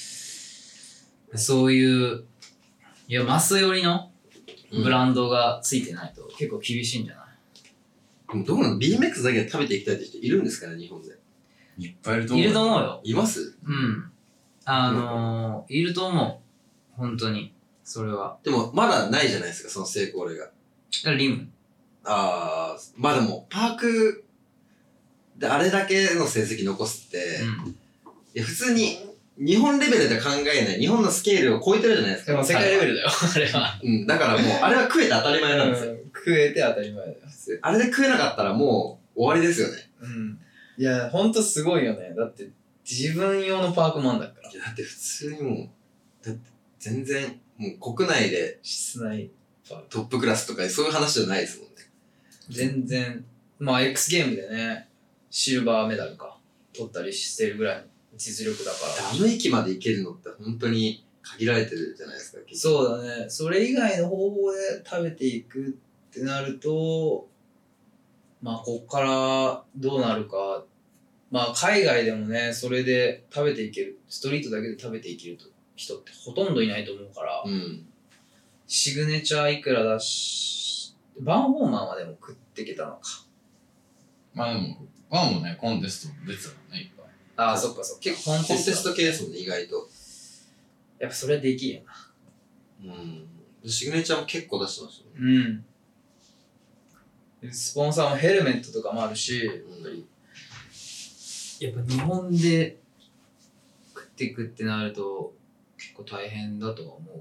そういう、いや、マス寄りのブランドがついてないと結構厳しいんじゃない、 でもどうなの ビーエムエックス だけで食べていきたいって人いるんですかね、日本で。 いっぱいいると思う。 いると思うよ。 いますうん。あのー、いると思う。本当に。それは。 でも、まだないじゃないですか、その成功例が。 だからリム。 ああ、まあでも、パークであれだけの成績残すって、 うん。 いや普通に日本レベルで考えない、日本のスケールを超えてるじゃないですか。 でも世界レベルだよ、あれは。 うん、だからもう、あれは食えて当たり前なんですよ。 うん食えて当たり前だよ。 あれで食えなかったらもう終わりですよね。 うん。いや、ほんとすごいよね。だって、自分用のパークマンだからい。やだって普通にもう、だって全然、もう国内で室内パーク。 トップクラスとかそういう話じゃないですもんね。 全然、まあ X ゲームでね、シルバーメダルか、取ったりしてるぐらいの実力だからあの域までいけるのって本当に限られてるじゃないですか。 そうだね。それ以外の方法で食べていくってなると、まあ、こっからどうなるか。まあ、海外でもね、それで食べていける、ストリートだけで食べていける人ってほとんどいないと思うから、 うん。 シグネチャーいくらだし、バンホーマンはでも食っていけたのか。 まあでも、ワンもね、コンテストも出てたもんね、いっぱい。 ああ、そっかそっか。結構コンコンテスト系ですト。 もんね、意外と。 やっぱそれはできんよな。 うん。シグネチャーも結構出してましたね。 うん。スポンサーもヘルメットとかもあるし、やっぱり。やっぱ日本で食っていくってなると結構大変だとは思う。うん、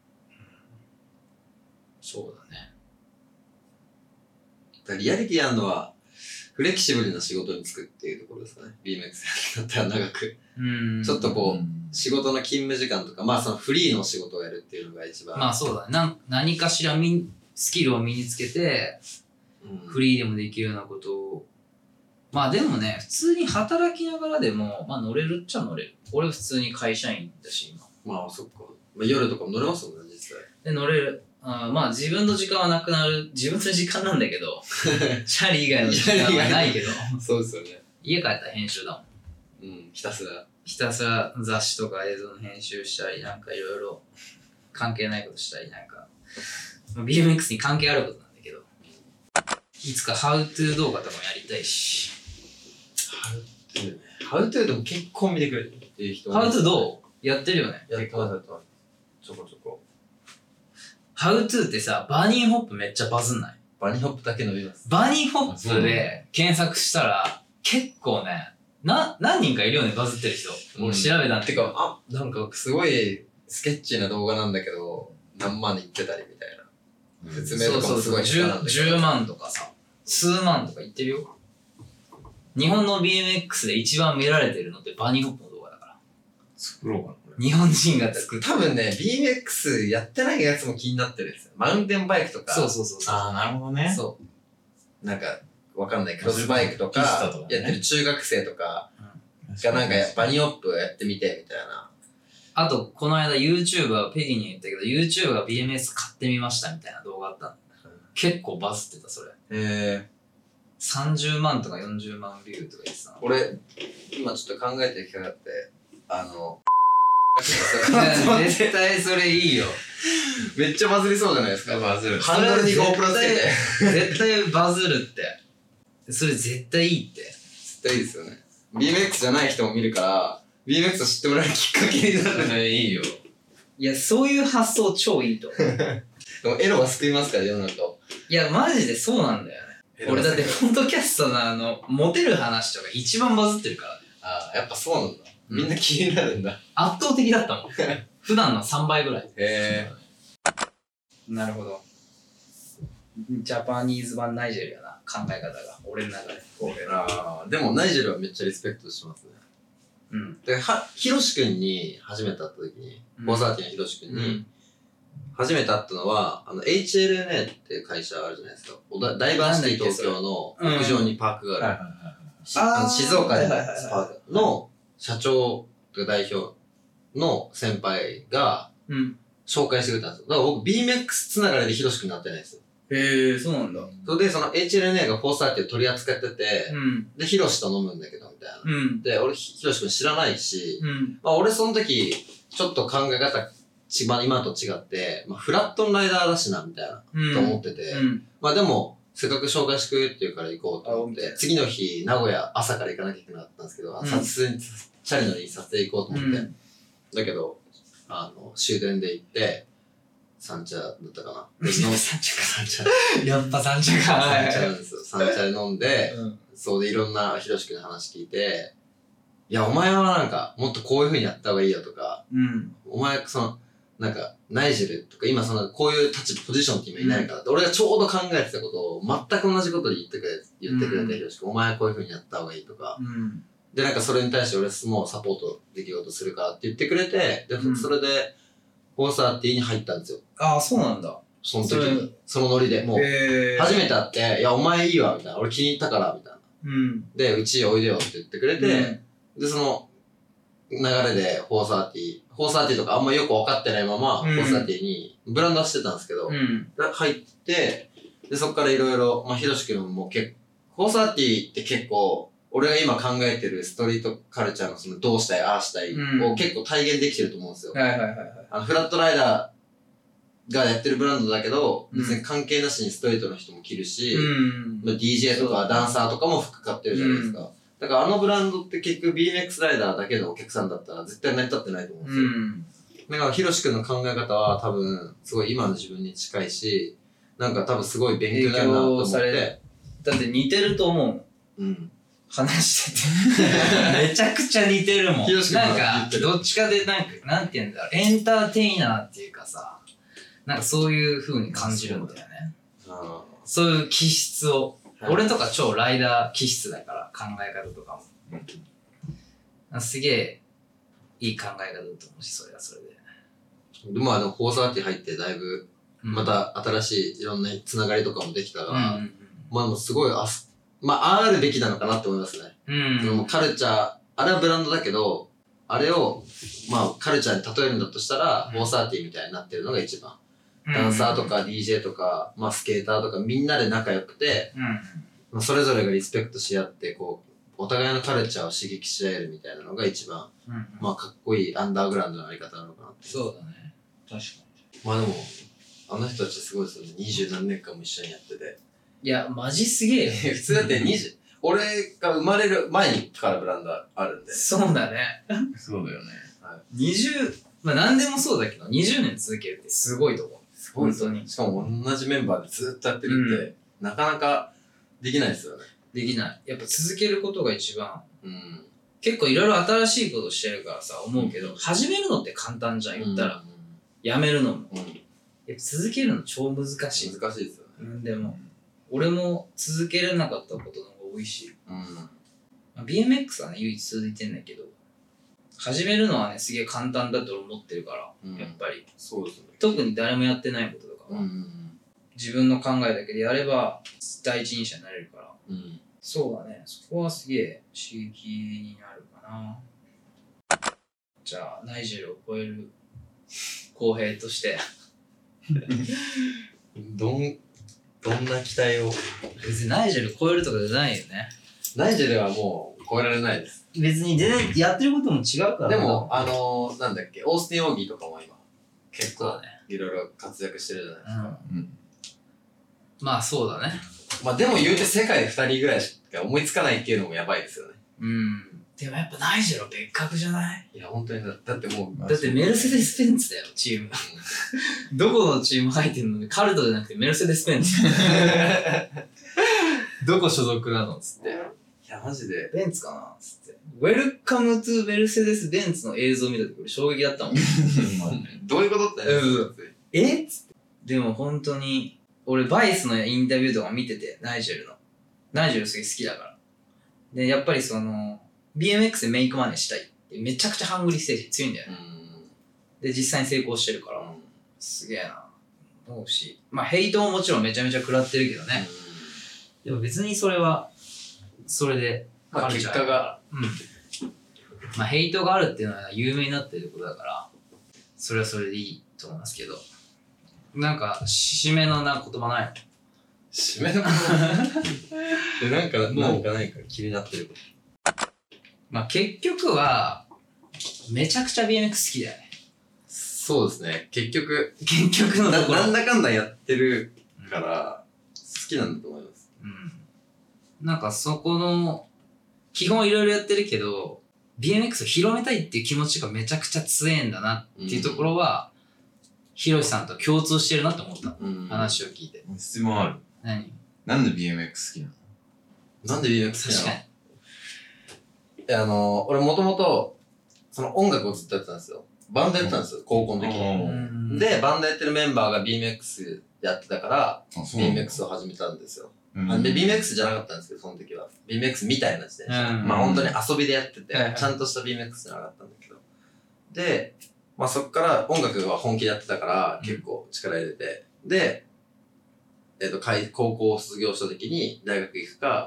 そうだね。 だからリアリティあるのは、フレキシブルな仕事に就くっていうところですかね。ビーエムエックス やったら長く。 うんちょっとこう、 うん仕事の勤務時間とか、まあそのフリーの仕事をやるっていうのが一番。 まあそうだね。なん何かしらみスキルを身につけて、 うん、 フリーでもできるようなことを。まあでもね、普通に働きながらでも、まあ乗れるっちゃ乗れる。俺普通に会社員だし、今。 まあそっか。まあ、夜とかも乗れますもんね、実際。 で、乗れる。あまあ自分の時間はなくなる。自分の時間なんだけど、チャリ以外の時間はないけど、 そうですよね。 家帰ったら編集だもん。 うん、ひたすら。 ひたすら雑誌とか映像の編集したり、なんかいろいろ関係ないことしたり、なんか、ビーエムエックス に関係あることなんだけど、いつか How to 動画とかもやりたいし。 ハウトゥーね。ハウトゥーでも結構見てくれるっていう人 How to どうやってるよね。 やってます、やってます。ちょこちょこ。 How to ってさ、バニーホップめっちゃバズんない？ バニーホップだけ伸びます。 バニーホップで検索したら、結構ね、な、何人かいるよね、バズってる人。 うん俺調べたんだてか、あ、なんかすごいスケッチーな動画なんだけど、何万人いってたりみたいな。説明そうそうそう、 とかもすごい下手なんだけど。 じゅうまんとかさ、数万とか言ってるよ。日本の ビーエムエックス で一番見られてるのってバニーホップの動画だから。 作ろうかな、これ。 日本人が作った。 多分ね、ビーエムエックス やってないやつも気になってるんですよ。マウンテンバイクとか。 そうそうそうそう。 ああ、なるほどね。 そう。なんか、わかんない。クロスバイクとか、 ピストとかねやってる中学生とかがなんか、バニーホップやってみて、みたいな。 あと、この間 YouTuber、ペギに言ったけど、YouTuber が ビーエムエス 買ってみましたみたいな動画あったの。結構バズってた、それ。 へー。 さんじゅうまんとかよんじゅうまんビューとか言ってたの。 俺、今ちょっと考えてる機会があって、あの、 絶対それいいよ。 めっちゃバズりそうじゃないですか。 バズる。 ハンドルに GoPro つけて。 絶対バズるって。それ絶対いいって。 絶対いいですよね。ビーエムエックス じゃない人も見るから、ビーエムエックス を知ってもらえるきっかけになる。 ね、いいよ。 いや、そういう発想超いいと思う。 でもエロは救いますから、世の中を。 いや、マジでそうなんだよね。俺だって、ポッドキャストのあの、モテる話とか一番バズってるからね。 ああ、やっぱそうなんだ。みんな気になるんだ。 圧倒的だったもん。普段のさんばいぐらい。 へなるほど。ジャパニーズ版ナイジェルやな、考え方が。俺の中で。 え。ああ、でもナイジェルはめっちゃリスペクトしますね。 うん。 で、は、ヒロシ君に初めて会った時に、 うんボーサーティのヒロシ君にうん、 初めて会ったのは、あの、エイチエルエヌエー っていう会社あるじゃないですか。おだダイバーシティ東京の屋上にパークがある。しあの静岡にあるパークの社長とか代表の先輩がうん。 紹介してくれたんですよ。だから僕 ビーエムエックス つながりでヒロシ君になってないんですよ。 へえ、そうなんだ。 それでその エイチエルエヌエー がフォーサーティを取り扱ってて、 うん。 で、ヒロシと飲むんだけど、みたいな。 うん。 で、俺ヒロシ君知らないし、 うん。 まあ俺その時、ちょっと考え方、ちま今と違って、まあフラットのライダーだしな、みたいな、 うん。 と思ってて、 うん。 まあでも、せっかく紹介してくれるって言うから行こうと思っあて、次の日、名古屋朝から行かなきゃいけなかったんですけど、 うん撮影、チャリ乗りに撮影行こうと思って、 うんだけど、あの、終電で行って、三茶だったかな。 うん三三茶か三茶。 やっぱ三茶か。 三茶なんですよ。三茶で飲んで、 うん。 そうでいろんなひろしくんの話聞いて、いや、お前はなんか、もっとこういう風にやった方がいいよとか、 うん。 お前、その、なんか、ナイジェルとか、今その、こういう立ち、ポジションって今いないからって、俺がちょうど考えてたことを、全く同じことで言ってくれ、言ってくれて、ひろしくん、お前はこういう風にやった方がいいとか、 うん。 で、なんかそれに対して俺もうサポートできることするからって言ってくれて、で、 うんそれで、フォーサーティーに入ったんですよ。 ああ、そうなんだ。 その時それに。そのノリで。もう、 へえ。 初めて会って、いや、お前いいわ、みたいな。俺気に入ったから、みたいな。 うん。 で、うちおいでよって言ってくれて、 うんで、その、 流れでフォーサーティー、フォーサーティーとかあんまよく分かってないまま、 うんフォーサーティーにブランドはしてたんですけど、 うん。 入って、で、そっからいろいろ、まあ、ひろしくんも結構、フォーサーティーって結構、俺が今考えてるストリートカルチャーのそのどうしたい、ああしたいを結構体現できてると思うんですよ。 はいはいはいはい。 あの、フラットライダーがやってるブランドだけど、 うん別に関係なしにストリートの人も着るし、 うん。 まあ、ディージェー とかダンサーとかも服買ってるじゃないですか。だからあのブランドって結局 ビーエムエックス ライダーだけのお客さんだったら絶対成り立ってないと思うんですよ。 うん。 だから、ひろしくんの考え方は多分、すごい今の自分に近いし、なんか多分すごい勉強になるなと思っ影響されて。 だって似てると思うもん。 うん。 話してて。めちゃくちゃ似てるもん。 ひろし君なんかは言って、るどっちかでなんか、なんて言うんだろう、エンターテイナーっていうかさ、なんかそういう風に感じるんだよね。 あそういう気質を。 ー俺とか超ライダー気質だから、考え方とかも。すげえ、いい考え方だと思うし、それはそれで。 でもあの、フォーサーティー入ってだいぶ、また新しいいろんなつながりとかもできたうん、 から、まあもうすごい、あす、まああるべきなのかなって思いますね。 うん。 そのもうカルチャー、あれはブランドだけど、あれを、まあカルチャーに例えるんだとしたら、 うんフォーサーティーみたいになってるのが一番。 うん、 ダンサーとか ディージェー とか、まあスケーターとかみんなで仲良くて、 うん。 まあ、それぞれがリスペクトし合って、こう、お互いのカルチャーを刺激し合えるみたいなのが一番、 うん。 まあかっこいいアンダーグラウンドのあり方なのかなって。 そうだね。確かに。 まあでも、あの人たちすごいですよね。二十何年間も一緒にやってて。 いや、マジすげえよ。 普通だってにじゅう、俺が生まれる前にからブランドあるんで。 そうだね。 そうだよね。 にじゅう、まあ何でもそうだけど、にじゅうねん続けるってすごいと思う。 すごいですよ本当にしかも同じメンバーでずっとやってるって、なかなかできないですよね。 できない。やっぱ続けることが一番。 うん。 結構いろいろ新しいことしてるからさ、思うけど、始めるのって簡単じゃん、言ったら。やめるのも。 うん。うん。 やっぱ続けるの超難しい。 難しいですよね。 うん、でも、俺も続けれなかったことの方が多いし。 うん。 まあ ビーエムエックス はね、唯一続いてんだけど、始めるのはね、すげえ簡単だと思ってるから、 うんやっぱり。 そうですね。 特に誰もやってないこととかは、 うん。 自分の考えだけでやれば、第一人者になれるから。 うん。 そうだね、そこはすげえ刺激になるかな。じゃあ、ナイジェルを超える公平として、 どん、どんな期待を。 別にナイジェル超えるとかじゃないよね。 ナイジェルはもう超えられないです。 別に全然やってることも違うからでも、あのー、なんだっけ、オースティン・オーギーとかも今、結構そうだね。 いろいろ活躍してるじゃないですか。 うん。 うん。 まあそうだね。 まあでも言うて世界でふたりぐらいしか思いつかないっていうのもやばいですよね。 うん。でもやっぱナイジェルは別格じゃないいや、本当にだ、だってもう、 だってメルセデス・ベンツだよ、チーム。どこのチーム入ってんのにカルトじゃなくてメルセデス・ベンツ。どこ所属なのつって。 いや、マジで。 ベンツかなつって。ウェルカムトゥメルセデス・ベンツの映像見たとき俺衝撃だったもん。 どういうことってね。 うんえっつって。でも本当に、俺バイスのインタビューとか見てて、ナイジェルの。ナイジェルすげえ好きだから。で、やっぱりその、ビーエムエックス でメイクマネーしたいってめちゃくちゃハングリーステージ強いんだよね。 うで、実際に成功してるから、 ん。 すげえな。思うし。まあ、ヘイトももちろんめちゃめちゃ食らってるけどね。 でも別にそれは、それで、 まあ結果が、 うん。まあヘイトがあるっていうのは有名になってることだから、それはそれでいいと思いますけど。なんか、締めのな言葉ないの締めので、なんか、 もうなんかないか気になってること。 まあ結局は、めちゃくちゃ ビーエムエックス 好きだよね。 そうですね。結局、 結局のなところ。 なんだかんだやってるから、好きなんだと思います。 うん。なんかそこの、基本いろいろやってるけど、ビーエムエックス を広めたいっていう気持ちがめちゃくちゃ強えんだなっていうところは、ひろしさんと共通してるなって思った。 うん。 話を聞いて。 質問ある。 何なんで ビーエムエックス 好きなの？ なんで ビーエムエックス 好きなの？ 確かに。 いや、あの、俺もともと、その音楽をずっとやってたんですよ。バンドやってたんですよ、高校の時うに。 んで、バンドやってるメンバーが ビーエムエックス やってたから、 あ、そうなんだビーエムエックス を始めたんですよ。 うんあで、ビーエムエックス じゃなかったんですけど、その時は。ビーエムエックス みたいな自転車。 うんまあ本当に遊びでやってて、 はいはいちゃんとした ビーエムエックス じゃなかったんだけど。で、まあそっから音楽は本気でやってたから、結構力入れて。で、えっ、と、かい高校を卒業した時に大学行くか、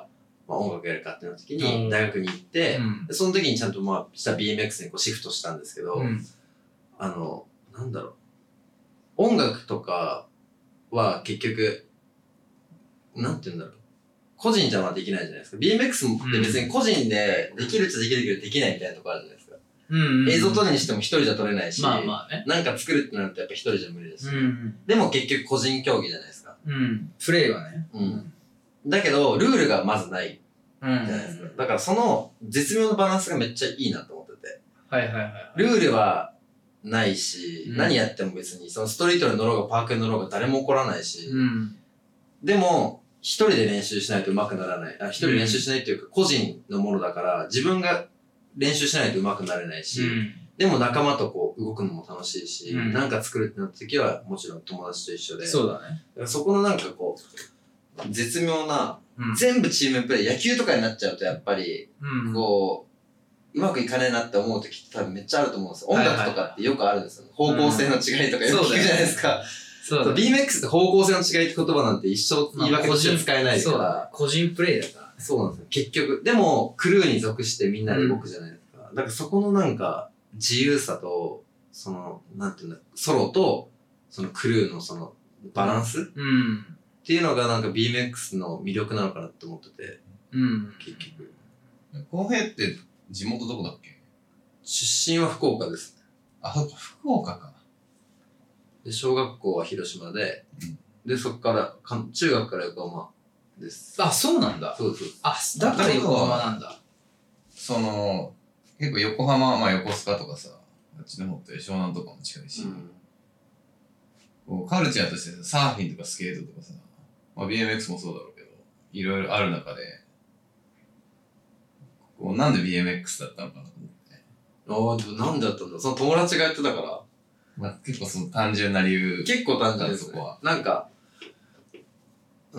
まあ、音楽やるかってなった時うにん大学に行って、 うんでその時にちゃんとまあした ビーエムエックス にこうシフトしたんですけど、 うんあのなんだろう音楽とかは結局なんて言うんだろう個人じゃまあできないじゃないですか。 ビーエムエックス って別に個人でできるっちゃできるけどできないみたいなとこあるじゃないですか。 うんうん映像撮るにしても一人じゃ撮れないし、 まあまあね。 なんか作るってなるとやっぱ一人じゃ無理だし、 うんでも結局個人競技じゃないですか。 うんプレイはね。 うん。だけど、ルールがまずないうんじゃないですか。だからその絶妙なバランスがめっちゃいいなと思ってて。 はいはいはい。 ルールはないし、 うん何やっても別に、そのストリートで乗ろうがパークに乗ろうが誰も怒らないし、 うんでも、一人で練習しないと上手くならない。あ、一人練習しないというか、個人のものだから、自分が練習しないと上手くなれないし、でも仲間とこう動くのも楽しいし、 うんなんか作るってなった時はもちろん友達と一緒で、 そうだね。 だからそこのなんかこう、絶妙な、 うん全部チームプレイ、野球とかになっちゃうとやっぱり、 うんこう、うまくいかねえなって思う時って多分めっちゃあると思うんですよ。音はいはい楽とかってよくあるんですよね。方向性の違いとかよく聞くじゃないですか。 そうだね。 ビーエムエックス って方向性の違いって言葉なんて一生言い訳として使えないかそうだねら。 個人プレイだから。 そうなんですよ。結局。でも、クルーに属してみんなで動くじゃないですか。だからそこのなんか、自由さと、その、なんていうんだ、ソロと、そのクルーのその、バランス、 うん。 っていうのがなんか ビーエムエックス の魅力なのかなって思ってて、 うん。 結局。 浩平って地元どこだっけ？ 出身は福岡です。 あ、そっか、福岡か。 で、小学校は広島で、 うんで、そこからかん、中学から横浜です。 あ、そうなんだ。 そうそう。 あ、だから横浜なんだ。 その、結構横浜、まあ横須賀とかさ、あっちの方って湘南とかも近いし、 うんこうカルチャーとしてさサーフィンとかスケートとかさ、まあ、ビーエムエックス もそうだろうけど、いろいろある中で、こうなんで ビーエムエックス だったのかなと思って。 ああ、でもなんでだったんだその友達がやってたから、 まあ、結構その単純な理由。 結構単純です、ね、 そこは。 なんか、うん、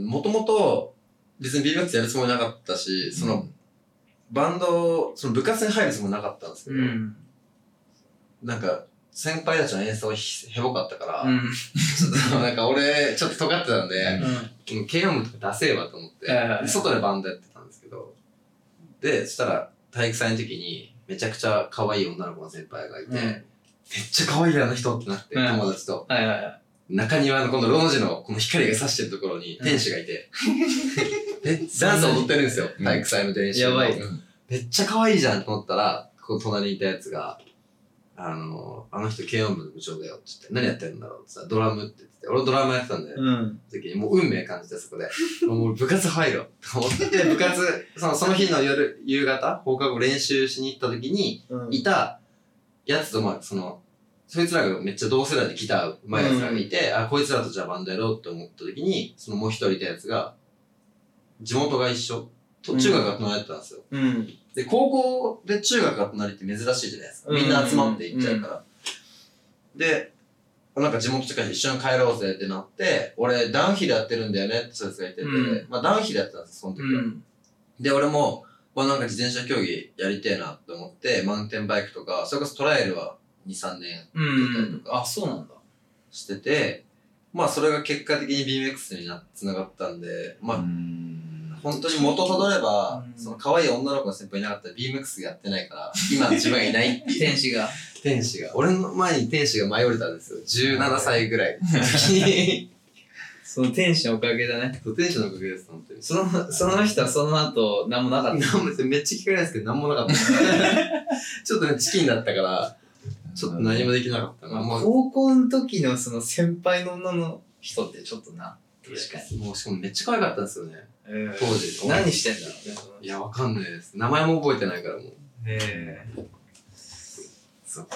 もともと別に ビーエムエックス やるつもりなかったし、その、バンド、その部活に入るつもりなかったんですけど、 うん。 なんか、先輩たちの演奏がへぼかったから、 うん。 ちょっとなんか俺、ちょっと尖ってたんで、 うん。 うん、軽音部とか出せえわと思って、 はいはいはいで外でバンドやってたんですけど、で、そしたら体育祭の時にめちゃくちゃ可愛い女の子の先輩がいて、 うんめっちゃ可愛いあの人ってなって、 うん友達と。 はいはいはい。 中庭のこのロの字のこの光が差してるところに天使がいて、え、ダンス踊ってるんですよ、 うん体育祭の練習の。 やばいうんめっちゃ可愛いじゃんと思ったら、こう隣にいたやつが、あの、あの人軽音部の部長だよって言って、何やってるんだろうって言ったら、ドラムって言ってて、俺ドラムやってたんで、 うん。 時にもう運命感じてそこで、もう部活入ろうと思って、部活、そのその日の夜、夕方、放課後練習しに行った時に、 うん。 いたやつと、まあ、その、そいつらがめっちゃ同世代でギター上手いやつらがいて、あ、こいつらとじゃあバンドやろうって思った時に、そのもう一人いたやつが、地元が一緒、と中学が隣だったんですよ。 うん。 で、高校で中学が隣って珍しいじゃないですか。みんな集まって行っちゃうから。で、なんか地元とか一緒に帰ろうぜってなって、俺ダウンヒルやってるんだよねってそいつが言ってて、 うんまあダウンヒルやってたんですよ、その時は。 うん。 で、俺も、まあなんか自転車競技やりてえなって思って、マウンテンバイクとか、それこそトライアルはに、さんねんやってうん。あ、そうなんだ。 してて、まあそれが結果的に ビーエムエックス になつながったんで、まあ、 うん本当に元たどれば、 うんその可愛い女の子の先輩いなかったら ビーエムエックス やってないから、今の自分がいないっていう。 天使が。 天使が。俺の前に天使が舞い降りたんですよ。じゅうななさいぐらいの時に。 その天使のおかげだね。 そう天使のおかげです、本当に。 その、その人はその後、何もなかった。 なんもめっちゃ聞かれないですけど、なんもなかった。ちょっとね、チキンだったから、ちょっと何もできなかったな。もう、 高校の時のその先輩の女の人ってちょっとな。確かに。 もうしかもめっちゃ可愛かったんですよね。当時。 何してんだろうね。 いや、わかんないです。名前も覚えてないからもう。 へえ。そっか。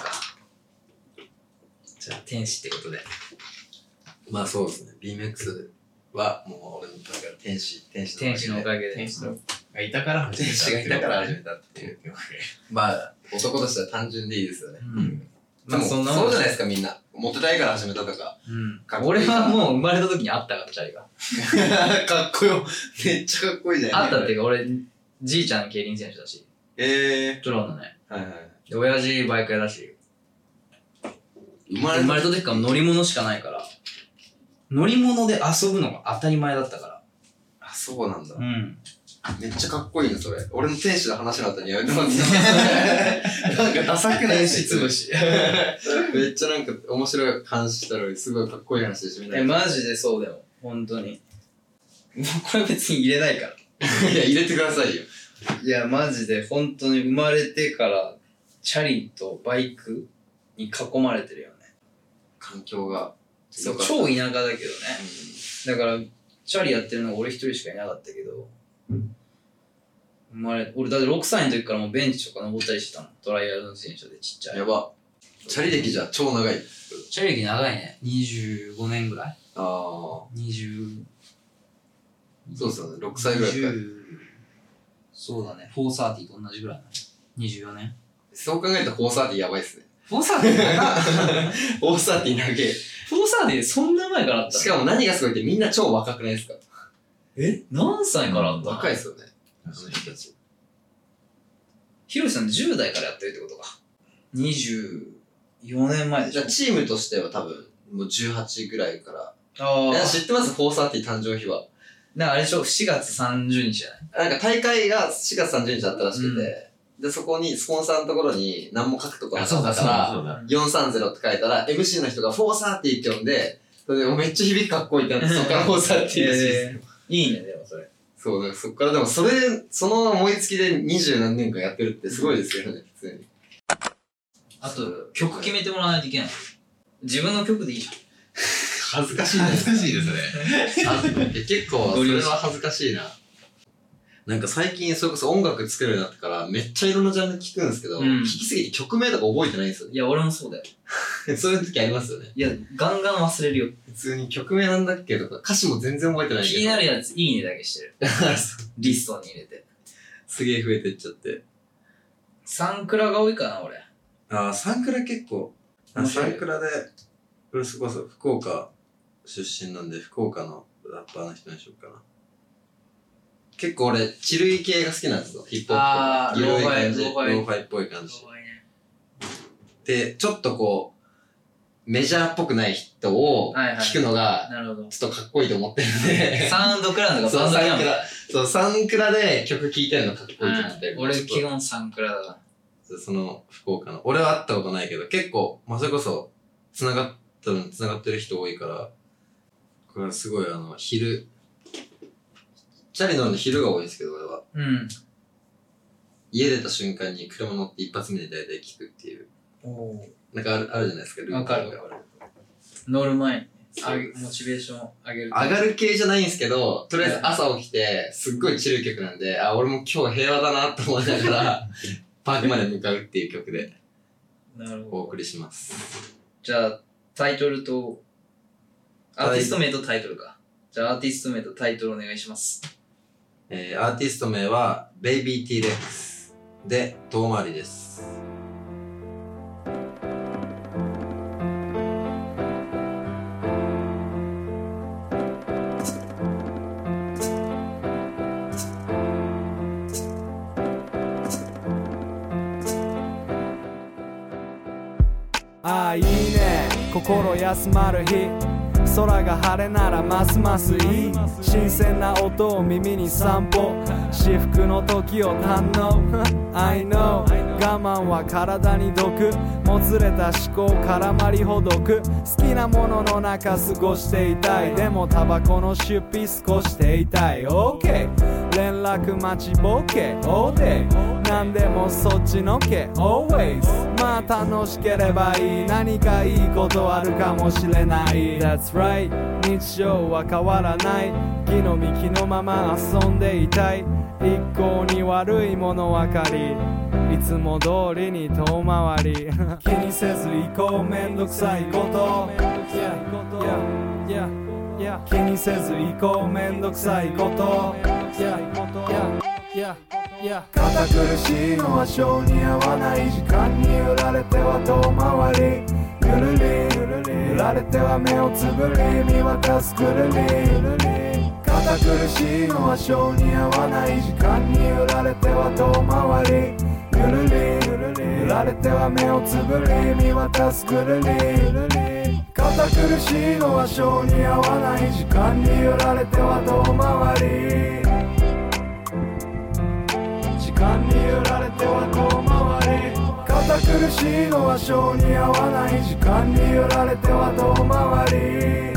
じゃあ天使ってことで。 まあそうですね。ビーエムエックス はもう俺のだから天使、天使天使のおかげで。 天使がいたから始めた。 天使がいたから始めたっていう。まあ、男としては単純でいいですよね。 うん。 でも、そうじゃないですか、みんな。モテたいから始めたとか。 うんかっこいい俺はもう生まれた時にあったから、チャリが。 かっこよ。めっちゃかっこいいじゃん。 あったっていうか、俺、じいちゃん競輪選手だし、 えプロのね。 ー。はいはい。 で、親父バイク屋だし、 生まれ生まれた時から乗り物しかないから、乗り物で遊ぶのが当たり前だったから。 あ、そうなんだ。 ん。 めっちゃかっこいいな、それ。俺の天使の話の後にやめてもらっていいなんかダサくない天使つぶし。 めっちゃなんか面白い話したのに、すごいかっこいい話でしょ、みたいえ、 な。 マジでそうだよ。本当に。もうこれ別に入れないから。 いや、入れてくださいよ。 いや、マジで本当に生まれてから、チャリとバイクに囲まれてるよね。 環境が。 そう、超田舎だけどね。だから、チャリやってるのが俺一人しかいなかったけど、生まれ、俺だってろくさいの時からもうベンチとか登ったりしてたの。トライアルの選手でちっちゃい。 やば。チャリ歴じゃ超長い。 チャリ歴長いね。にじゅうごねんぐらいああ。 にじゅうそうですよね。ろくさいぐらいか。 そうだね。フォーサーティーと同じぐらい。にじゅうよねん。 そう考えたらフォーサーティーやばいっすね。 フォーサーティー長いフォーサーティー長い。 フォーサーティーそんな前からあったの？ しかも何がすごいってみんな超若くないですか？ え何歳からあったの？ 若いっすよね。あの人たち。 ヒロシさんじゅう代からやってるってことか。にじゅうよねんまえでしょ。 じゃあチームとしては多分もうじゅうはちぐらいから。 あいや知ってます？フォーサーティー誕生日は。 なんかあれでしょ、しがつさんじゅうにちじゃない？ なんか大会がしがつさんじゅうにちだったらしくて、うん、で、そこにスポンサーのところに何も書くとかなかったから、よんさんゼロって書いたら、エムシー の人がフォーサーティーって呼んで、それでもめっちゃ響きかっこいいってなって、そこからフォーサーティーらしいです。 いいね、でもそれ。 そう、だからそっからでもそれ、その思いつきで二十何年間やってるってすごいですよね、普通に。 あと、曲決めてもらわないといけない。自分の曲でいいじゃん。 恥ずかしいね。 恥ずかしいですね。 結構、それは恥ずかしいな。なんか最近それこそ音楽作るようになってからめっちゃいろんなジャンル聞くんですけど、うん、聞きすぎて曲名とか覚えてないんですよ。 いや、俺もそうだよ。 そういう時ありますよね。 いや、ガンガン忘れるよ。 普通に曲名なんだっけとか歌詞も全然覚えてないけど。 気になるやつ、いいねだけしてる。リストに入れて。 すげえ増えてっちゃって。 サンクラが多いかな、俺。 ああ、サンクラ結構。あサンクラで、これそこそ福岡出身なんで、福岡のラッパーの人にしようかな。結構俺、チルイ系が好きなんですよ。ヒップホップとか。緩い感じ。ローファイっぽい感じ。で、ちょっとこう、メジャーっぽくない人を聞くのが、ちょっとかっこいいと思ってるんで。 サウンドクラウンドがそう、サンクラ。そう、サンクラで曲聴いてるのかっこいいと思ってる。 俺、基本サンクラだな。 その、福岡の。俺は会ったことないけど、結構、まあ、それこそ、繋がったの、繋がってる人多いから、これはすごいあの、昼、チャリ乗るの昼が多いんですけど、俺は。 うん。 家出た瞬間に車乗って一発目で大体聞くっていう。 おなんかある、あるじゃないですか、ルーティンが。わかる。乗る前に、モチベーション上げる。 上がる系じゃないんですけど、とりあえず朝起きて、すっごいチル曲なんで、あ、俺も今日平和だなと思いながら、パークまで向かうっていう曲で、 なるほど。 お送りします。 じゃあ、タイトルと、アーティスト名とタイトルか。じゃあ、アーティスト名とタイトルお願いします。 えー、アーティスト名は、ベイビー T-Rex で、遠回りです。 ああいいね心休まる日空が晴れならますますいい新鮮な音を耳に散歩至福の時を堪能I know 我慢は体に毒もつれた思考絡まりほどく好きなものの中過ごしていたいでもタバコの出費少していたい OK 連絡待ちぼけ All day 何でもそっちのけ Always まあ楽しければいい何かいいことあるかもしれない That's right 日常は変わらない木の幹のまま遊んでいたい一向に悪いもの分かりいつも通りに遠回り気にせず行こうめんどくさいこと、yeah, yeah, yeah, 気にせず行こうめんどくさいこと、yeah, yeah, yeah, yeah、 堅苦しいのは性に合わない時間に揺られては遠回りゆるり揺られては目をつぶり見渡すくるり堅苦しいのは性に合わない時間に揺られては遠回りゆるり揺られては目をつぶり見渡すくるり堅苦しいのは性に合わない時間に揺られては遠回り間に揺られては遠回り堅苦しいのは性に合わない時間に揺られては遠回り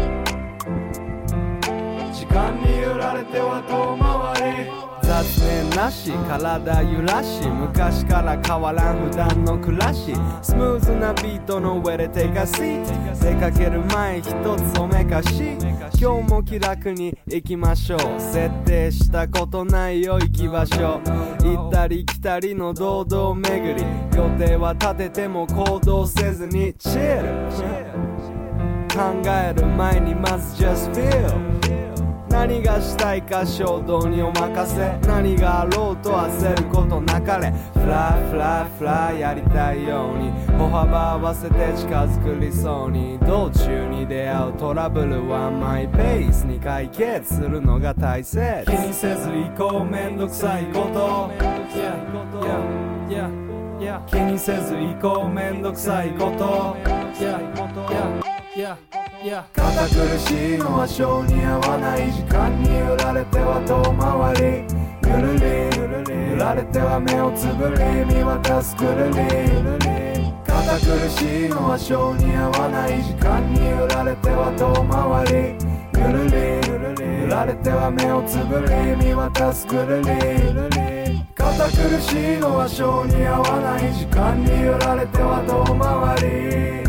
時間に揺られては遠回り雑念なし体揺らし昔から変わらん普段の暮らしスムーズなビートの上で手がシート出かける前一つおめかし今日も気楽に行きましょう設定したことないよ行き場所行ったり来たりの堂々巡り予定は立てても行動せずにチル考える前にまず just feel何がしたいか衝動にお任せ何があろうと焦ることなかれフライフライフライやりたいように歩幅合わせて近づく理想に道中に出会うトラブルはマイペースに解決するのが大切気にせず行こうめんどくさいこと、yeah, yeah, yeah, 気にせず行こうめんどくさいこと、yeah, yeah, yeah堅苦しいのは性に合わない時間に揺られては遠回りゆるり揺られては目をつぶり見渡すくるり堅苦しいのは性に合わない時間に揺られては遠回りゆるり揺られては目をつぶり見渡すくるり堅苦しいのは性に合わない時間に揺られては遠回り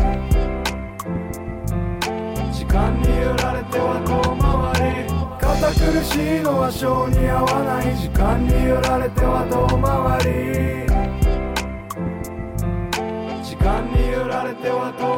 時間に揺られては遠回り堅苦しいのは性に合わない時間に揺られては遠回り時間に揺られては遠回り